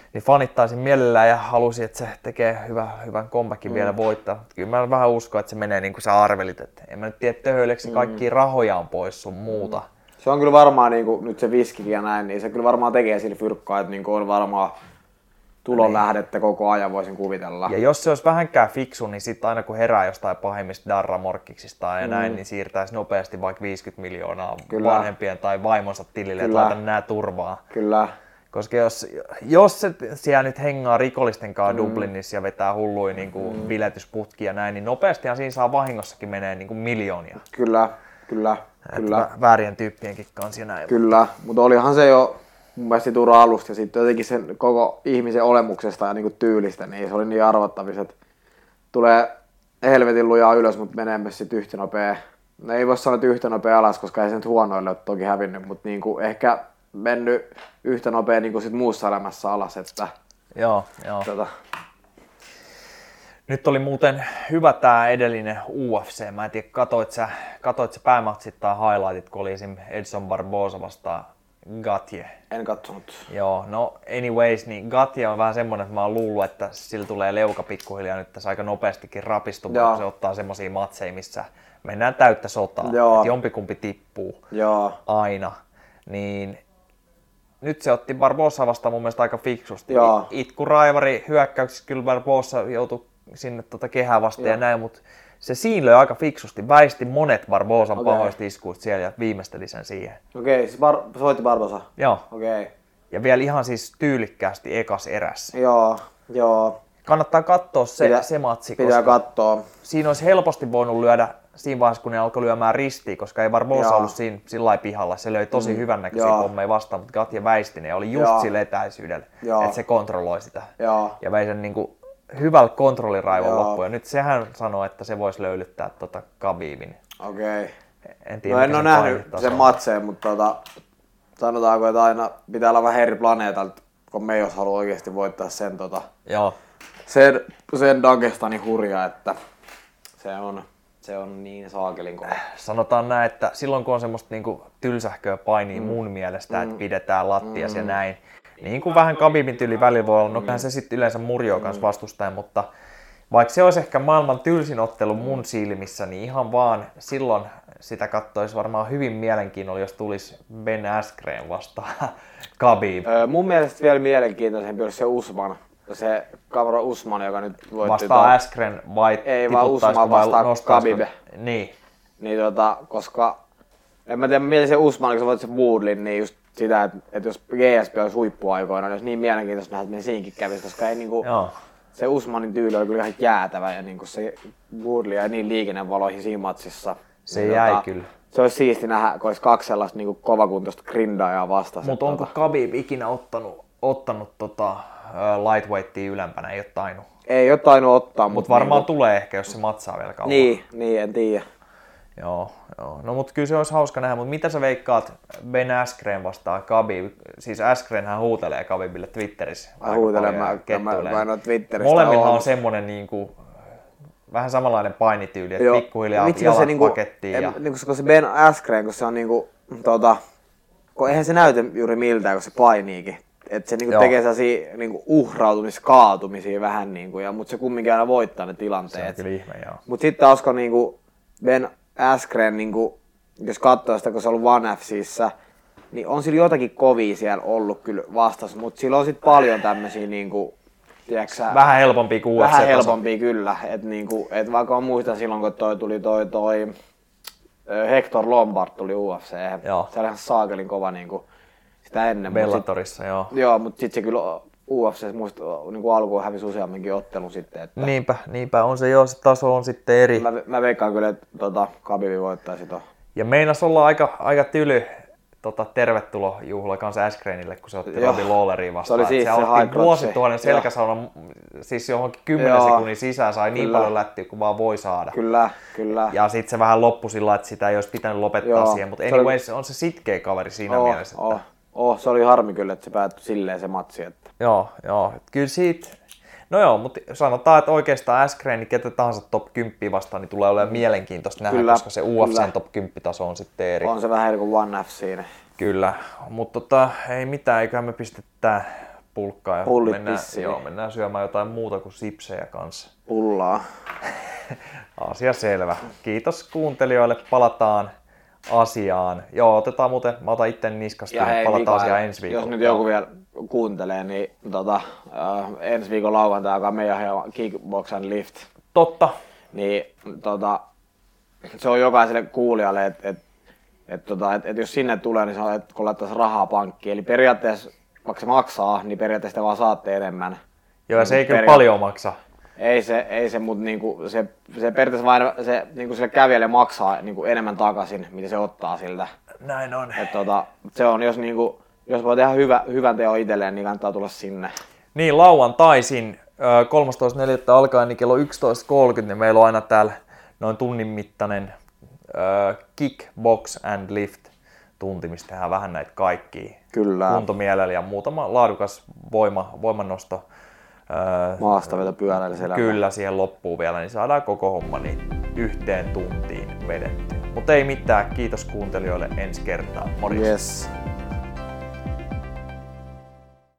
niin fanittaisin mielellään ja halusin, että se tekee hyvä, hyvän comebackin mm. vielä voittaa. Kyllä mä vähän uskon, että se menee niin kuin sä arvelit. Että en mä nyt tiedä, töhöileekö se kaikkia rahojaan pois sun muuta. Se on kyllä varmaan, niin kuin, nyt se viskikin ja näin, niin se kyllä varmaan tekee sillä fyrkkaa, että niin kuin on varmaan tulonlähdettä koko ajan, voisin kuvitella. Ja jos se olisi vähänkään fiksu, niin sitten aina kun herää jostain pahimmista darramorkkiksista ja mm. näin, niin siirtäisi nopeasti vaikka viisikymmentä miljoonaa kyllä. vanhempien tai vaimonsa tilille, että laita nää turvaa. Kyllä. Koska jos, jos se siellä nyt hengaa rikollisten kanssa mm. Dublinissa ja vetää hulluja niin kuin mm. biletysputkia ja näin, niin nopeastihan siinä saa vahingossakin menee niin kuin miljoonia. Kyllä, kyllä, kyllä. Väärien tyyppienkin kanssa ja näin. Kyllä, mutta olihan se jo mun mielestä tuura alusta ja sitten jotenkin sen koko ihmisen olemuksesta ja niinku tyylistä, niin se oli niin arvattavissa, että tulee helvetin lujaa ylös, mutta menee myös sitten yhtä nopea. No ei voi sanoa, että yhtä nopea alas, koska ei se nyt huonoille ole toki hävinnyt, mutta niinku ehkä mennyt yhtä nopea niinku sit muussa elämässä alas. Että, joo, joo. Tota. Nyt oli muuten hyvä tää edellinen U F C. Mä en tiedä, katoit sä, katoit sä päämatsit tai highlightit, kun oli esim. Edson Barbosa vastaan Gatje. En katsonut. Joo, no anyways, niin Gatje on vähän semmonen, että mä oon luullut, että sillä tulee leuka pikkuhiljaa nyt tässä aika nopeastikin rapistumaan, kun se ottaa semmosia matseja, missä mennään täyttä sotaa, että jompikumpi tippuu Joo. aina. Niin nyt se otti Barbosa vastaan mun mielestä aika fiksusti. Joo. Itkuraivari hyökkäyksissä kyllä Barbosa joutui sinne tota kehää vastaan ja näin, mutta se siinä löi aika fiksusti. Väisti monet Barbosan okay. pahoista iskuista siellä ja viimeisteli sen siihen. Okei, okay, siis Bar- soitti Barbosa? Joo. Okei. Okay. Ja vielä ihan siis tyylikkäästi ekas erässä. Joo, joo. Kannattaa katsoa se, Pitää, se matsi, pitää koska katsoa. Siinä olisi helposti voinut lyödä siinä vaiheessa, kun ne alkoi lyömään ristiin, koska ei Barbosa ollut siinä sillä lailla pihalla. Se löi tosi mm. hyvännäköisiä pommeja vastaan, mutta Gatje väisti ne. Oli just joo. sillä etäisyydellä, joo. että se kontrolloi sitä. Joo. Ja vei sen niinku hyvällä kontrolliraivon loppuun. Ja nyt sehän sanoo, että se voisi löylyttää tota Khabibin. Okei. Okay. En tiedä, no en ole nähnyt sen matseen, mutta tota, sanotaanko, että aina pitää olla vähän eri planeetalta, kun me jos haluaa oikeasti voittaa sen, tota, Joo. sen, sen Dagestanin hurja, että se on, se on niin saakelin kova. Sanotaan näin, että silloin kun on semmoista niinku tylsähköä painia mm. mun mielestä, mm. että pidetään lattias mm. ja näin, niin kuin vähän Khabibin tyyli välillä voi olla, no kyllähän se sitten yleensä murjoo kanssa vastustajan, mutta vaikka se olisi ehkä maailman tylsin ottelu mun silmissä, niin ihan vaan silloin sitä katsoisi varmaan hyvin mielenkiinnolla, jos tulisi Ben Askren vastaan Khabib. Öö, mun mielestä vielä mielenkiintoisempi olisi se Usman, se Kamaru Usman, joka nyt voitti. Vastaan Askren vai ei vaan Usman vastaan Khabib. Niin. Niin tota, koska en mä tiedä, mä mietin se Usman, kun sä voitit se Woodlin, niin just sitä, että, että jos G S P olisi huippuaikoina, niin olisi niin mielenkiintoista nähdä, että me siinkin kävisi, koska ei niinku, se Usmanin tyyli oli kyllä ihan jäätävä ja niinku se Woodley jäi niin liikennevaloihin siinä matsissa. Se niin, jäi tota, kyllä. Se olisi siisti nähdä, kun olisi kaksi sellaista niinku kovakuntoista grindaajaa vastassa. Mutta onko tota... Khabib ikinä ottanut, ottanut tota, uh, lightweightia ylempänä? Ei ole tainnut. Ei ole tainnut ottaa. Mutta mut varmaan niinku... tulee ehkä, jos se matsaa vielä kauan. Niin, niin en tiedä. Joo, joo. No mutta kyllä se olisi hauska nähdä, mutta mitä sä veikkaat Ben Askren vastaan Khabib? Siis Askrenhän huutelee Khabibille Twitterissä. Mä huutelen, mä, mä, mä en ole Twitteristä. Molemmilla on semmonen niinku, vähän samanlainen painityyli, että pikkuhiljaa jalat niinku, pakettiin. Ja... Niinku, kun se Ben Askren, kun se on niinku, tota, kun eihän se näytä juuri miltään, kun se painiikin. Että se niinku tekee sellaisia niinku uhrautumisia, kaatumisia vähän niinku, ja, mutta se kumminkin aina voittaa ne tilanteet. Se on kyllä ihme, joo. Mut sitten taas kun niinku Ben Askren, niinku, jos katsoo sitä, kun se on ollut One F C:ssä, niin on sillä jotakin kovia siellä ollut kyllä vastassa, mutta sillä on sit paljon tämmösiä niinku, tiiäksä, vähän helpompia kuin U F C. Vähän helpompia kyllä, että niinku, et vaikka muistan silloin, kun toi tuli toi, toi Hector Lombard tuli U F C, se oli ihan saakelin kova niinku sitä ennen. Bellatorissa, joo. Joo, mutta sitten se kyllä U F C muista niinku alkuun hävisi useamminkin ottelun sitten. Että niinpä, niinpä on se jo, se taso on sitten eri. Mä, mä veikkaan kyllä, että tota, Khabib voittaisi ton. Ja meinas olla aika, aika tyly tota, tervetulojuhla kanssa Askrenille, kun se otti Robbie Lawleria vastaan. Se oli siis se, se aloitti vuosituhannen selkäsaunan, siis johonkin kymmenen sekunnin sisään sai kyllä niin paljon lättiä kuin vaan voi saada. Kyllä, kyllä. Ja sitten se vähän loppui sillä, että sitä ei olisi pitänyt lopettaa joo siihen, mutta anyways se oli... on se sitkeä kaveri siinä oh, mielessä. Että... Oh, oh, se oli harmi kyllä, että se päättyi silleen se matsi. Että... Joo, joo, kyllä siitä... No joo, mutta sanotaan, että oikeastaan Askren, niin ketä tahansa top kymmenen vastaan, niin tulee olemaan mielenkiintoista nähdä, kyllä, koska se U F C:n top kymmenen taso on sitten eri. On se vähän eri kuin One F C. Kyllä, mutta tota, ei mitään, eiköhän me pistetä pulkkaa ja Pullit mennään, pissiin. joo, mennään syömään jotain muuta kuin sipsejä kanssa. Pullaa. Asia selvä. Kiitos kuuntelijoille. Palataan asiaan. Joo, otetaan muuten, mä otan itten niskasta ja hei, palataan Mikael, asiaan ensi viikolla. Jos nyt joku vielä kuuntelee, niin tota, äh, ensi viikon lauantai, joka on meidän Kickbox and Lift. Totta. Niin tota, se on jokaiselle kuulijalle, että et, et, tota, et, et jos sinne tulee, niin saa, että kun laittaisi rahaa pankkiin. Eli periaatteessa, vaikka se maksaa, niin periaatteessa te vaan saatte enemmän. Joo, se ei kyllä Peria- paljon maksa. Ei se, ei se mutta niinku, se, se periaatteessa vain se, niinku sille kävijälle maksaa niinku enemmän takaisin, mitä se ottaa siltä. Näin on. Et, tota, se on, jos, niinku, jos voi tehdä hyvä, hyvän teon itselleen, niin kannattaa tulla sinne. Niin, lauantaisin kolmastoista neljättä alkaen niin kello yksitoista kolmekymmentä, niin meillä on aina täällä noin tunnin mittainen äh, Kickbox and Lift tunti, mistä tehdään vähän näitä kaikkia. Kyllä. Kuntomielellä ja muutama laadukas voima, voimannosto. Äh, Maastaveto pyöräillä selällä. Kyllä, siihen loppuu vielä, niin saadaan koko homma niin yhteen tuntiin vedettyä. Mutta ei mitään, kiitos kuuntelijoille ensi kertaa. Morjens. Yes.